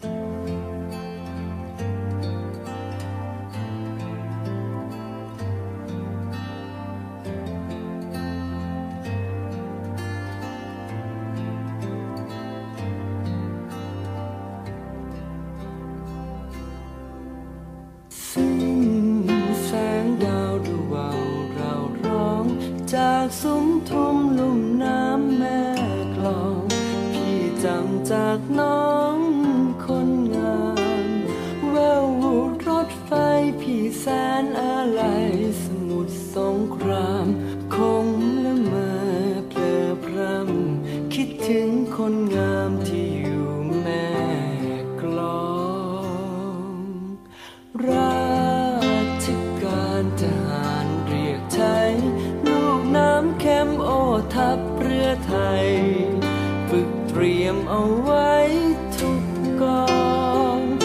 จากสุมทุมลุ่มน้ำแม่กลองพี่จำจากน้องคนงามแววรถไฟพี่แสนอะไรสมุทรสงครามคงละเมอเพลอพรำคิดถึงคนงามที่อยู่แม่กลองราชการทหารเรียกไทยน้ำเข้มโอทัพเรือไทยฝึกเตรียมเอาไว้ทุกกอง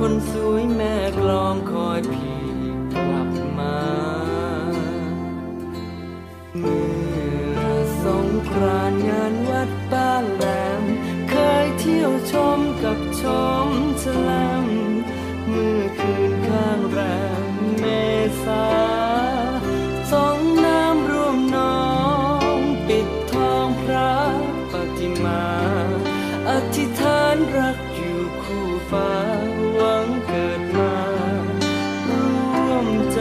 คนสวยแม่กลองคอยพี่กลับมาเมื่อสงกรานต์งานวัดบ้านแหลมเคยเที่ยวชมกับชมฉลามเมื่อคืนข้างแรมเมษาสองน้ำร่วมน้องปิดทองพระปฏิมาอธิษฐานรักอยู่คู่ฟ้าหวังเกิดมาร่วมใจ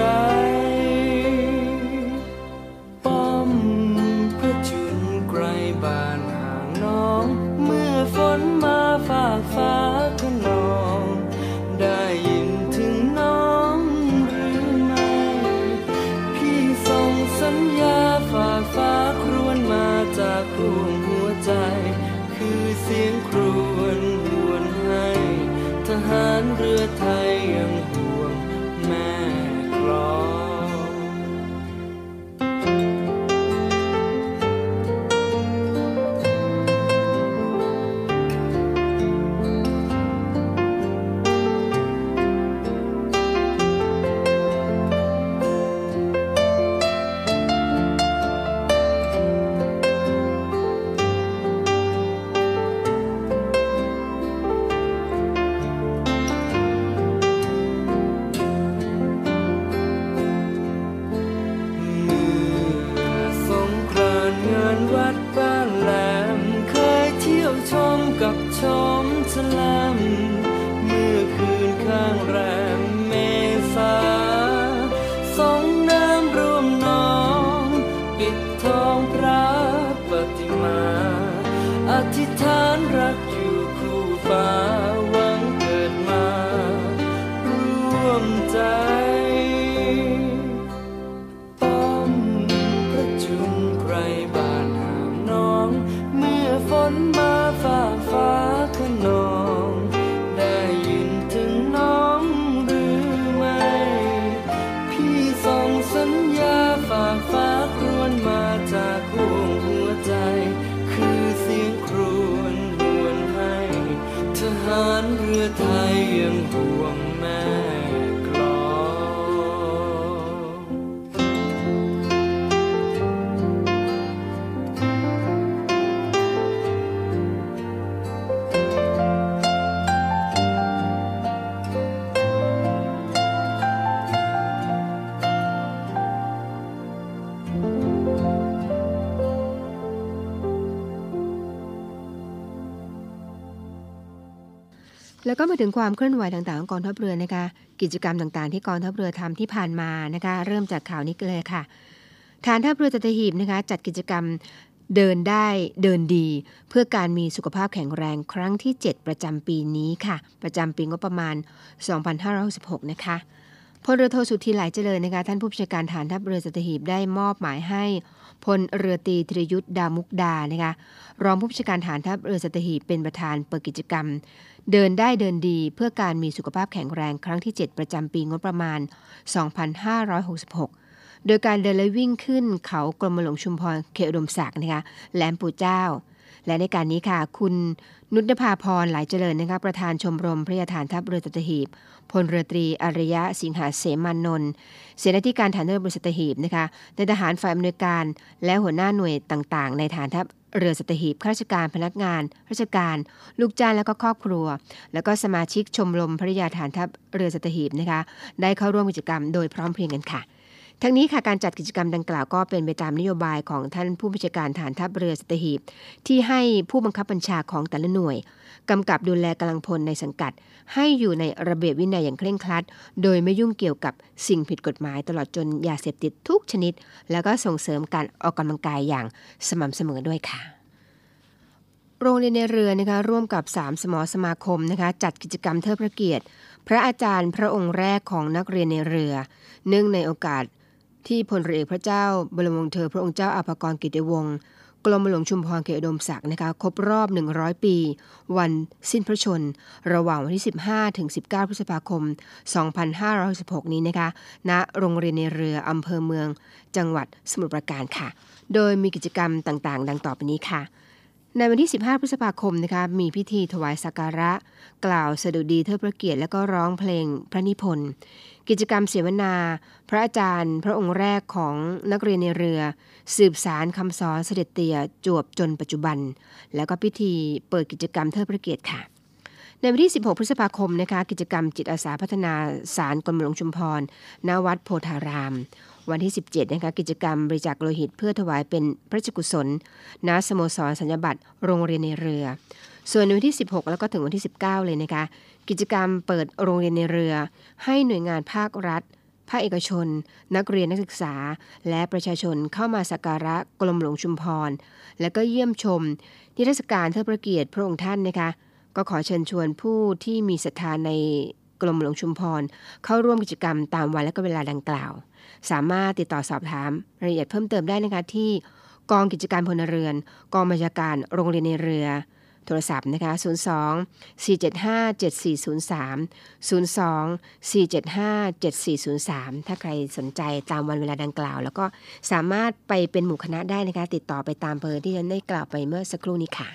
ป้อมพระจุลไกลบ้านห่างน้องเมื่อฝนมาฝากฟ้าขนองได้ยินถึงน้องหรือไม่พี่ส่งสัญญาฝากฟ้าครวญมาจากดวงหัวใจคือเสียงครวญหวนให้ทหารเรือไทยยังห่วงแม่กลองชมฉลามเมื่อคืนข้างแรมเมษาสองน้ำร่วมน้องปิดทองพระปฏิมาอธิษฐานรักอยู่คู่ฟ้าหวังเกิดมาร่วมใจป้อมพระจุลไกรบ้านห่างน้องเมื่อฝนมาฝากฟ้าขนองได้ยินถึงน้องหรือไม่พี่ส่งสัญญาฝากฟ้าครวญมาจากห่วงหัวใจคือเสียงครวญหวนให้ทหารเรือไทยยังห่วงแม่กลองแล้วก็มาถึงความเคลื่อนไหวต่างๆของกองทัพเรือนะคะกิจกรรมต่างๆที่กองทัพเรือทำที่ผ่านมานะคะเริ่มจากข่าวนี้เลยค่ะฐานทัพเรือสัตหีบนะคะจัดกิจกรรมเดินได้เดินดีเพื่อการมีสุขภาพแข็งแรงครั้งที่ 7 ประจำปีนี้ค่ะประจำปีงบประมาณ 2566 นะคะพลเรือโทสุทธิไหลเจริญนะคะท่านผู้บัญชาการฐานทัพเรือสัตหีบได้มอบหมายให้พลเรือตรีธีรยุทธดามุกดานะคะรองผู้บัญชาการฐานทัพเรือสัตหีบเป็นประธานเปิดกิจกรรมเดินได้เดินดีเพื่อการมีสุขภาพแข็งแรงครั้งที่ 7 ประจำปีงบประมาณ 2566 โดยการเดินและวิ่งขึ้นเขากรมหลวงชุมพรเขตอุดมศักดิ์นะคะแหลมปู่เจ้าและในการนี้ค่ะคุณนุชนภาพรหลายเจริญนะคะประธานชมรมพระยาฐานทัพเรือสัตหีบพลเรือตรีอารยะสิงหาเสมานนท์เสนาธิการฐานทัพเรือสัตหีบนะคะในทหารฝ่ายอำนวยการและหัวหน้าหน่วยต่างๆในฐานทัพเรือสัตหีบข้าราชการพนักงานราชการลูกจ้างและก็ครอบครัวแล้วก็สมาชิกชมรมพระยาฐานทัพเรือสัตหีบนะคะได้เข้าร่วมกิจกรรมโดยพร้อมเพรียงกันค่ะทั้งนี้ค่ะการจัดกิจกรรมดังกล่าวก็เป็นไปตามนโยบายของท่านผู้บัญชาการฐานทัพเรือสัตหีบที่ให้ผู้บังคับบัญชาของแต่ละหน่วยกำกับดูแลกำลังพลในสังกัดให้อยู่ในระเบียบวินัยอย่างเคร่งครัดโดยไม่ยุ่งเกี่ยวกับสิ่งผิดกฎหมายตลอดจนยาเสพติดทุกชนิดแล้วก็ส่งเสริมการออกกำลังกายอย่างสม่ำเสมอด้วยค่ะโรงเรียนในเรือนะคะร่วมกับ3สมสมาคมนะคะจัดกิจกรรมเทิดพระเกียรติพระอาจารย์พระองค์แรกของนักเรียนในเรือเนื่องในโอกาสที่พลเรือเอกพระเจ้าบรมวงศ์เธอพระองค์เจ้าอาภากรกิติวงศ์กรมหลวงชุมพรเขตอุดมศักดิ์นะคะครบรอบ100ปีวันสิ้นพระชนม์ระหว่างวันที่15ถึง19พฤษภาคม2516นี้นะคะณโรงเรียนในเรืออำเภอเมืองจังหวัดสมุทรปราการค่ะโดยมีกิจกรรมต่างๆดังต่อไปนี้ค่ะในวันที่15พฤษภาคมนะคะมีพิธีถวายสักการะกล่าวสดุดีเทิดพระเกียรติและก็ร้องเพลงพระนิพนธ์กิจกรรมเสวนาพระอาจารย์พระองค์แรกของนักเรียนในเรือสืบสารคำสอนเสด็จเตี่ยจวบจนปัจจุบันแล้วก็พิธีเปิดกิจกรรมเทิดพระเกียรติค่ะในวันที่16พฤษภาคมนะคะกิจกรรมจิตอาสาพัฒนาศาลกรมหลวงชุมพรณวัดโพธารามวันที่17นะคะกิจกรรมบริจาคโลหิตเพื่อถวายเป็นพระราชกุศลณสโมสรสัญญบัตรโรงเรียนในเรือส่วนในวันที่16แล้วก็ถึงวันที่19เลยนะคะกิจกรรมเปิดโรงเรียนในเรือให้หน่วยงานภาครัฐภาคเอกชนนักเรียนนักศึกษาและประชาชนเข้ามาสักการะกรมหลวงชุมพรและก็เยี่ยมชมนิทรรศการเทิดพระเกียรติพระองค์ท่านนะคะก็ขอเชิญชวนผู้ที่มีศรัทธาในกรมหลวงชุมพรเข้าร่วมกิจกรรมตามวันและก็เวลาดังกล่าวสามารถติดต่อสอบถามรายละเอียดเพิ่มเติมได้นะคะที่กองกิจการพลเรือนกองบัญชาการโรงเรียนในเรือโทรศัพท์นะคะ02-475-7403 02-475-7403 ถ้าใครสนใจตามวันเวลาดังกล่าวแล้วก็สามารถไปเป็นหมู่คณะได้นะคะติดต่อไปตามเบอร์ที่ฉันได้กล่าวไปเมื่อสักครู่นี้ค่ะ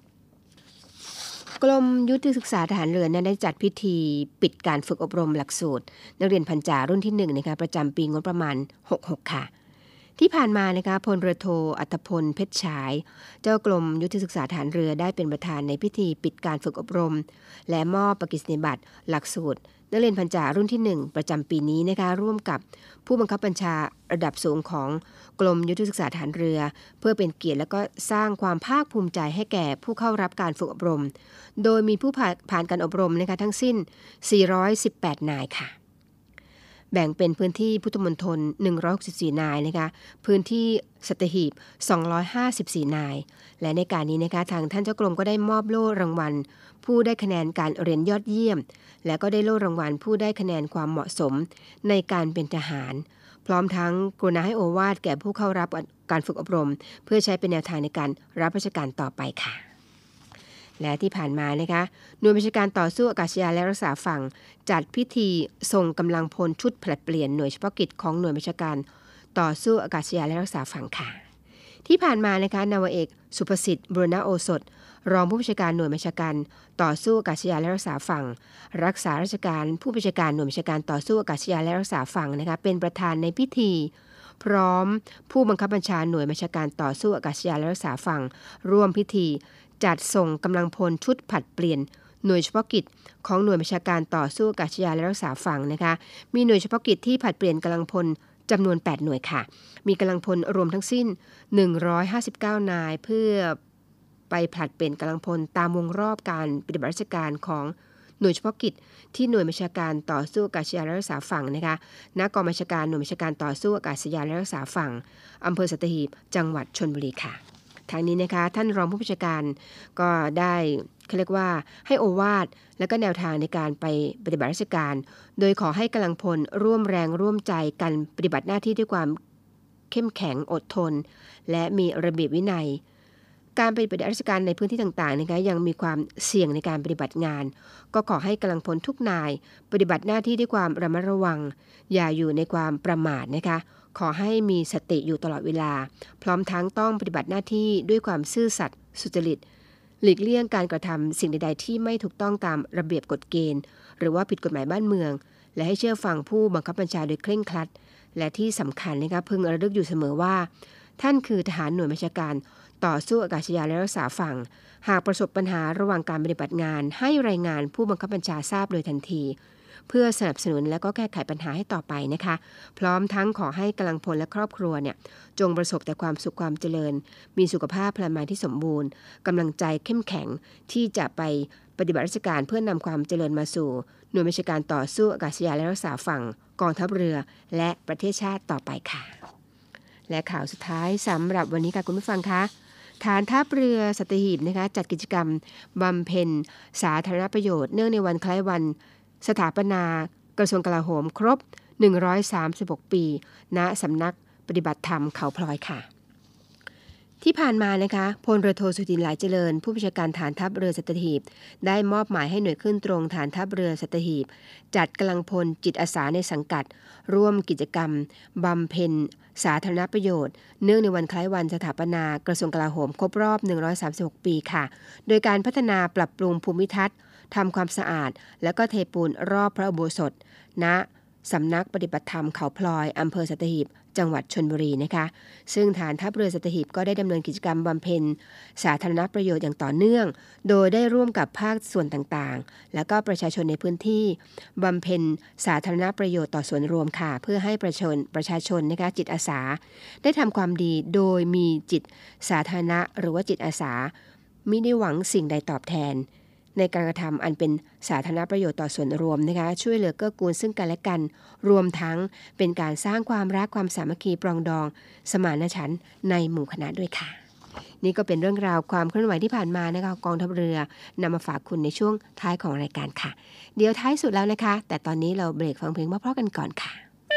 กรมยุทธศึกษาทหารเรือได้จัดพิธีปิดการฝึกอบรมหลักสูตรนักเรียนพันจ่ารุ่นที่1นะคะประจำปีงบประมาณ66ค่ะที่ผ่านมานะคะพลเรือโทอัฏฐพลเพชรฉายเจ้ากรมยุทธศึกษาทหารเรือได้เป็นประธานในพิธีปิดการฝึกอบรมและมอบประกาศนียบัตรหลักสูตรนักเรียนพันจ่ารุ่นที่1ประจำปีนี้นะคะร่วมกับผู้บังคับบัญชาระดับสูงของกรมยุทธศึกษาทหารเรือเพื่อเป็นเกียรติและก็สร้างความภาคภูมิใจให้แก่ผู้เข้ารับการฝึกอบรมโดยมีผู้ผ่านการอบรมนะคะทั้งสิ้น418นายค่ะแบ่งเป็นพื้นที่พุทธมณฑล164นายนะคะพื้นที่สัตหีบ254นายและในการนี้นะคะทางท่านเจ้ากรมก็ได้มอบโล่รางวัลผู้ได้คะแนนการเรียนยอดเยี่ยมและก็ได้โล่รางวัลผู้ได้คะแนนความเหมาะสมในการเป็นทหารพร้อมทั้งกรุณาให้โอวาทแก่ผู้เข้ารับการฝึกอบรมเพื่อใช้เป็นแนวทางในการรับราชการต่อไปค่ะและที่ผ่านมานะคะหน่วยบัญชาการต่อสู้อากาศยานและรักษาฝั่งจัดพิธีส่งกำลังพลชุดผลัดเปลี่ยนหน่วยเฉพาะกิจของหน่วยบัญชาการต่อสู้อากาศยานและรักษาฝั่งค่ะที่ผ่านมานะคะนาวาเอกสุภสิทธิ์บุรณโอสถรองผู้บัญชาการหน่วยบัญชาการต่อสู้อากาศยานและรักษาฝั่งรักษาราชการผู้บัญชาการหน่วยบัญชาการต่อสู้อากาศยานและรักษาฝั่งนะคะเป็นประธานในพิธีพร้อมผู้บังคับบัญชาหน่วยบัญชาการต่อสู้อากาศยานและรักษาฝั่งร่วมพิธีจัดส่งกำลังพลชุดผลัดเปลี่ยนหน่วยเฉพาะกิจของหน่วยบัญชาการต่อสู้อากาศยานและรักษาฝั่งนะคะมีหน่วยเฉพาะกิจที่ผลัดเปลี่ยนกำลังพลจำนวน8หน่วยค่ะมีกำลังพลรวมทั้งสิ้น159นายเพื่อไปผลัดเปลี่ยนกำลังพลตามวงรอบการปฏิบัติราชการของหน่วยเฉพาะกิจที่หน่วยบัญชาการต่อสู้อากาศยานและรักษาฝั่งนะคะณกองบัญชาการหน่วยบัญชาการต่อสู้อากาศยานและรักษาฝั่งอำเภอสัตหีบจังหวัดชลบุรีค่ะทางนี้นะคะท่านรองผู้บัญชาการก็ได้เขาเรียกว่าให้โอวาทและก็แนวทางในการไปปฏิบัติราชการโดยขอให้กำลังพลร่วมแรงร่วมใจกันปฏิบัติหน้าที่ด้วยความเข้มแข็งอดทนและมีระเบียบวินัยการปฏิบัติราชการในพื้นที่ต่างๆนะคะยังมีความเสี่ยงในการปฏิบัติงานก็ขอให้กำลังพลทุกนายปฏิบัติหน้าที่ด้วยความระมัดระวังอย่าอยู่ในความประมาทนะคะขอให้มีสติอยู่ตลอดเวลาพร้อมทั้งต้องปฏิบัติหน้าที่ด้วยความซื่อสัตย์สุจริตหลีกเลี่ยงการกระทำสิ่งใดๆที่ไม่ถูกต้องตามระเบียบกฎเกณฑ์หรือว่าผิดกฎหมายบ้านเมืองและให้เชื่อฟังผู้บังคับบัญชาโดยเคร่งครัดและที่สำคัญนะคะพึงระลึกอยู่เสมอว่าท่านคือทหารหน่วยบัญชาการต่อสู้อากาศยานและรักษาฝั่งหากประสบปัญหาระหว่างการปฏิบัติงานให้รายงานผู้บังคับบัญชาทราบโดยทันทีเพื่อสนับสนุนและก็แก้ไขปัญหาให้ต่อไปนะคะพร้อมทั้งขอให้กำลังพลและครอบครัวเนี่ยจงประสบแต่ความสุขความเจริญมีสุขภาพพลามัยที่สมบูรณ์กำลังใจเข้มแข็งที่จะไปปฏิบัติราชการเพื่อนำความเจริญมาสู่หน่วยบัญชาการต่อสู้อากาศยานและรักษาฝั่งกองทัพเรือและประเทศชาติต่อไปค่ะและข่าวสุดท้ายสำหรับวันนี้ค่ะคุณผู้ฟังคะฐานทัพเรือสัตหีบนะคะจัดกิจกรรมบำเพ็ญสาธารณประโยชน์เนื่องในวันคล้ายวันสถาปนากระทรวงกลาโหมครบ136ปีณสำนักปฏิบัติธรรมเขาพลอยค่ะที่ผ่านมานะคะพลเรือโทสุทินหลายเจริญผู้บัญชาการฐานทัพเรือสัตหีบได้มอบหมายให้หน่วยขึ้นตรงฐานทัพเรือสัตหีบจัดกำลังพลจิตอาสาในสังกัดร่วมกิจกรรมบำเพ็ญสาธารณประโยชน์เนื่องในวันคล้ายวันสถาปนากระทรวงกลาโหมครบรอบ136ปีค่ะโดยการพัฒนาปรับปรุงภูมิทัศน์ทำความสะอาดและก็เทปูนรอบพระอุโบสถณสำนักปฏิบัติธรรมเขาพลอยอำเภอสัตหีบจังหวัดชลบุรีนะคะซึ่งฐานทัพเรือสัตหีบก็ได้ดำเนินกิจกรรมบำเพ็ญสาธารณประโยชน์อย่างต่อเนื่องโดยได้ร่วมกับภาคส่วนต่างๆและก็ประชาชนในพื้นที่บำเพ็ญสาธารณประโยชน์ต่อส่วนรวมค่ะเพื่อให้ประชาชนนะคะจิตอาสาได้ทำความดีโดยมีจิตสาธารณะหรือว่าจิตอาสามิได้หวังสิ่งใดตอบแทนในการกระทำอันเป็นสาธารณประโยชน์ต่อส่วนรวมนะคะช่วยเหลือเกื้อกูลซึ่งกันและกันรวมทั้งเป็นการสร้างความรักความสามัคคีปรองดองสมานฉันท์ในหมู่คณะด้วยค่ะนี่ก็เป็นเรื่องราวความเคลื่อนไหวที่ผ่านมานะคะกองทัพเรือนำมาฝากคุณในช่วงท้ายของรายการค่ะเดี๋ยวท้ายสุดแล้วนะคะแต่ตอนนี้เราเบรกฟังเพลงเพราะๆกันก่อนค่ะ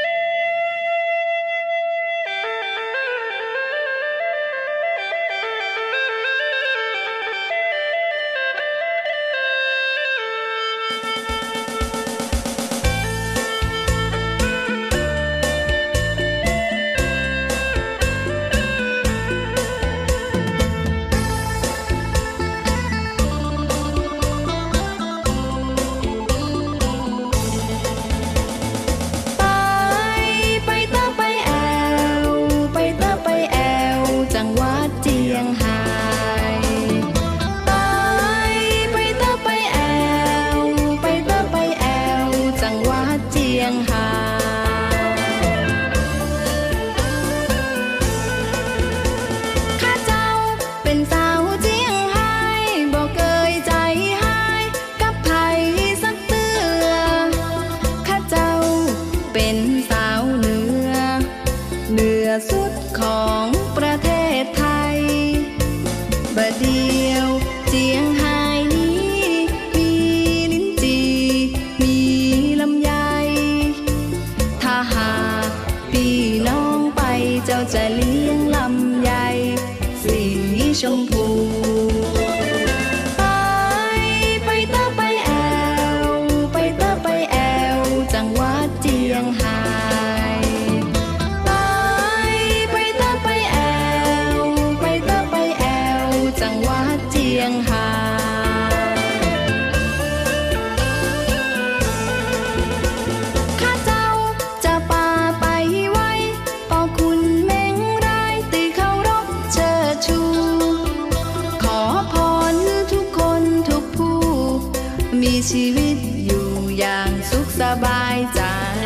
สุดของประเทศไทยบัดเดียวเจียงไฮ้นี้มีลิ้นจี่มีลำไยถ้าหากพี่น้องไปเจ้าจะเลี้ยงลำไยสีชมพูไปเตอไปแอวไปเตอไปแอวจังหวัดเจียงไฮ้จังหวัดเจียงไฮ้ข้าเจ้าจะพาไปไว้พ่อคุณเม้งรายตีเคารพเชิดชูขอพรทุกคนทุกผู้มีชีวิตอยู่อย่างสุขสบายใจ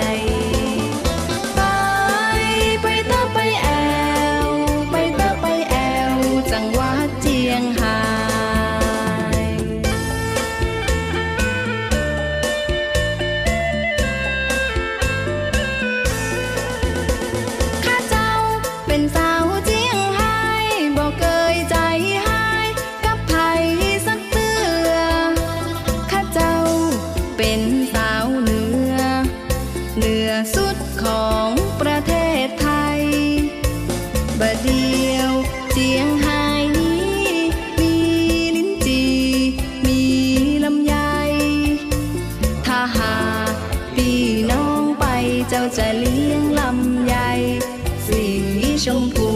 ไปเตอไปแอวไปเตอไปแอวจังหวัดเจียงไฮ้ข้าเจ้าเป็นสาวเจียงไฮ้บอกเคยใจหายกับไผสักเตือข้าเจ้าเป็นสาวเหนือสุดของประเทศไทยบัดเดียวเจียงไฮ้นี้มีลิ้นจี่มีลำไยถ้าหากพี่น้องไปเจ้าจะเลี้ยงลำไยสีชมพู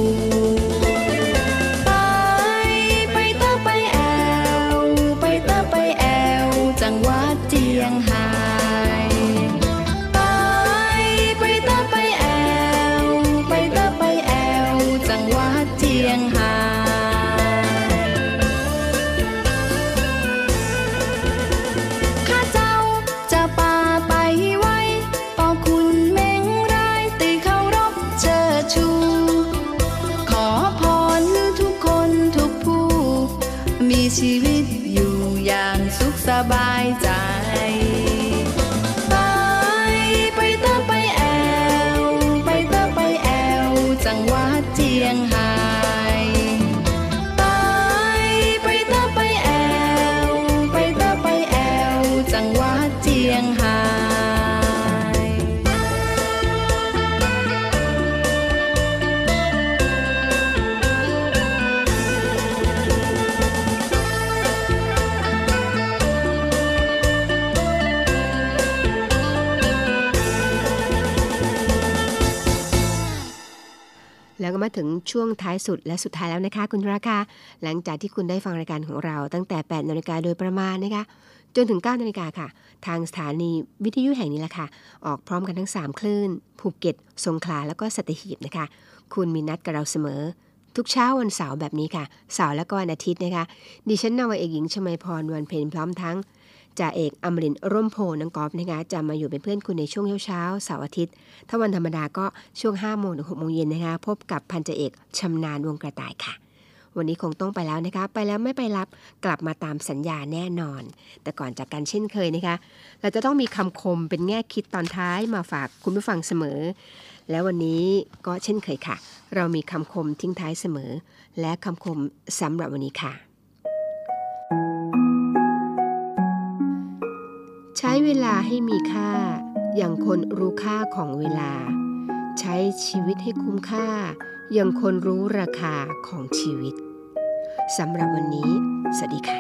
ไปเตอไปแอวไปเตอไปแอวจังหวัดเจียงไฮ้ไปเตอไปแอวไปเตอไปแอวจังหวัดเจียงไฮ้ข้าเจ้าจะพาไปไว้พ่อคุณเม้งรายตีเคารพเชิดชูขอพรทุกคนทุกผู้มีชีวิตอยู่อย่างสุขสบายใจไปเตอไปแอวไปเตอไปแอวจังหวัดเจียงไฮ้ไปเตอไปแอวไปเตอไปแอวจังหวัดเจียงไฮ้แล้วก็มาถึงช่วงท้ายสุดและสุดท้ายแล้วนะคะคุณราคาหลังจากที่คุณได้ฟังรายการของเราตั้งแต่ 8 นาฬิกาโดยประมาณนะคะจนถึง 9 นาฬิกาค่ะทางสถานีวิทยุแห่งนี้แหละค่ะออกพร้อมกันทั้ง3คลื่นภูเก็ตสงขลาแล้วก็สัตหีบนะคะคุณมีนัดกับเราเสมอทุกเช้าวันเสาร์แบบนี้ค่ะเสาร์และก็วันอาทิตย์นะคะดิฉันนาวาเอกหญิงชมัยพรวันเพ็ญพร้อมทั้งจ่าเอกอมรินทร์ร่มโพน้องกอล์ฟนะคะจะมาอยู่เป็นเพื่อนคุณในช่วงเช้าเสาร์อาทิตย์ถ้าวันธรรมดาก็ช่วง 5 โมงถึง 6 โมงเย็นนะคะพบกับพันจ่าเอกชำนาญวงกระต่ายค่ะวันนี้คงต้องไปแล้วนะคะไปแล้วไม่ไปรับกลับมาตามสัญญาแน่นอนแต่ก่อนจากกันเช่นเคยนะคะเราจะต้องมีคำคมเป็นแง่คิดตอนท้ายมาฝากคุณผู้ฟังเสมอแล้ววันนี้ก็เช่นเคยค่ะเรามีคำคมทิ้งท้ายเสมอและคำคมสำหรับวันนี้ค่ะใช้เวลาให้มีค่าอย่างคนรู้ค่าของเวลาใช้ชีวิตให้คุ้มค่าอย่างคนรู้ราคาของชีวิตสำหรับวันนี้สวัสดีค่ะ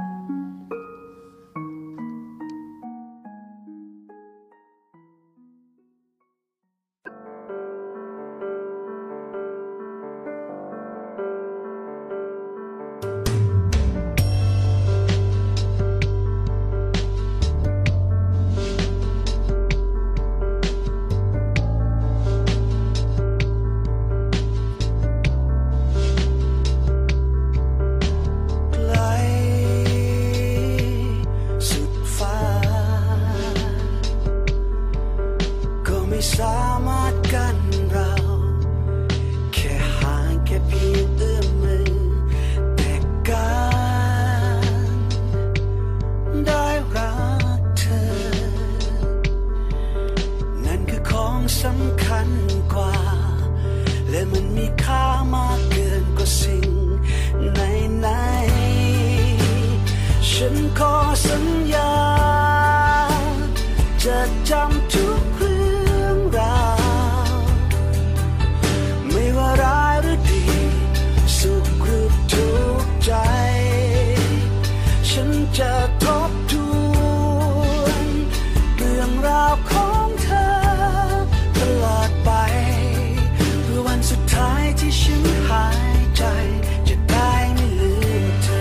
สำคัญกว่าและมันมีค่ามากเกินกว่าสิ่งไหนๆฉันขอสัญญาจะจำทุกเรื่องราวไม่ว่าร้ายหรือดีสุขหรือทุกข์ใจฉันจะทบทวนเรื่องราวของเธอตลอดไปเพื่อวันสุดท้ายที่ฉันหายใจจะได้ไม่ลืมเธอ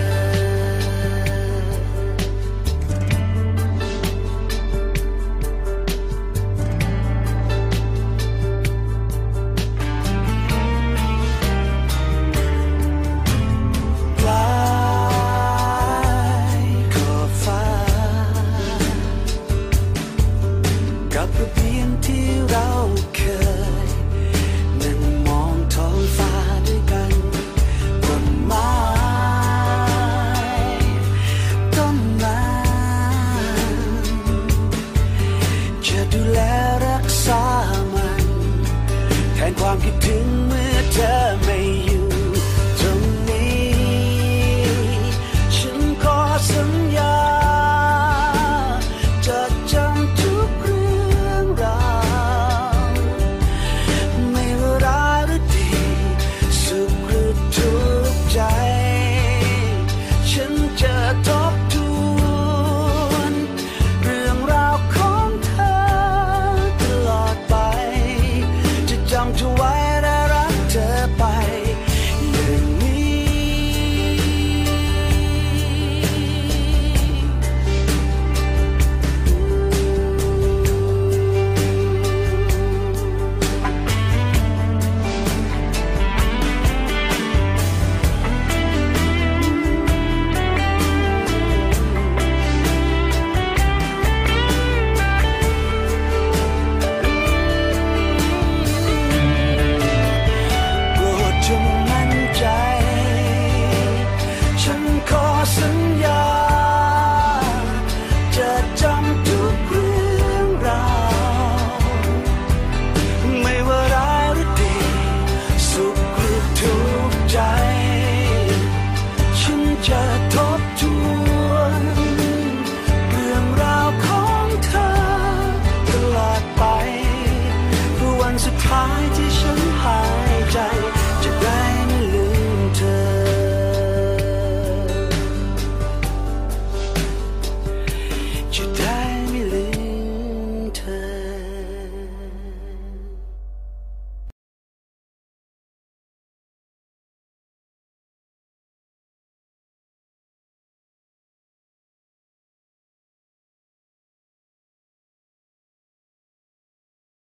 ปลายขอบฟ้ากับระเบียงที่เรา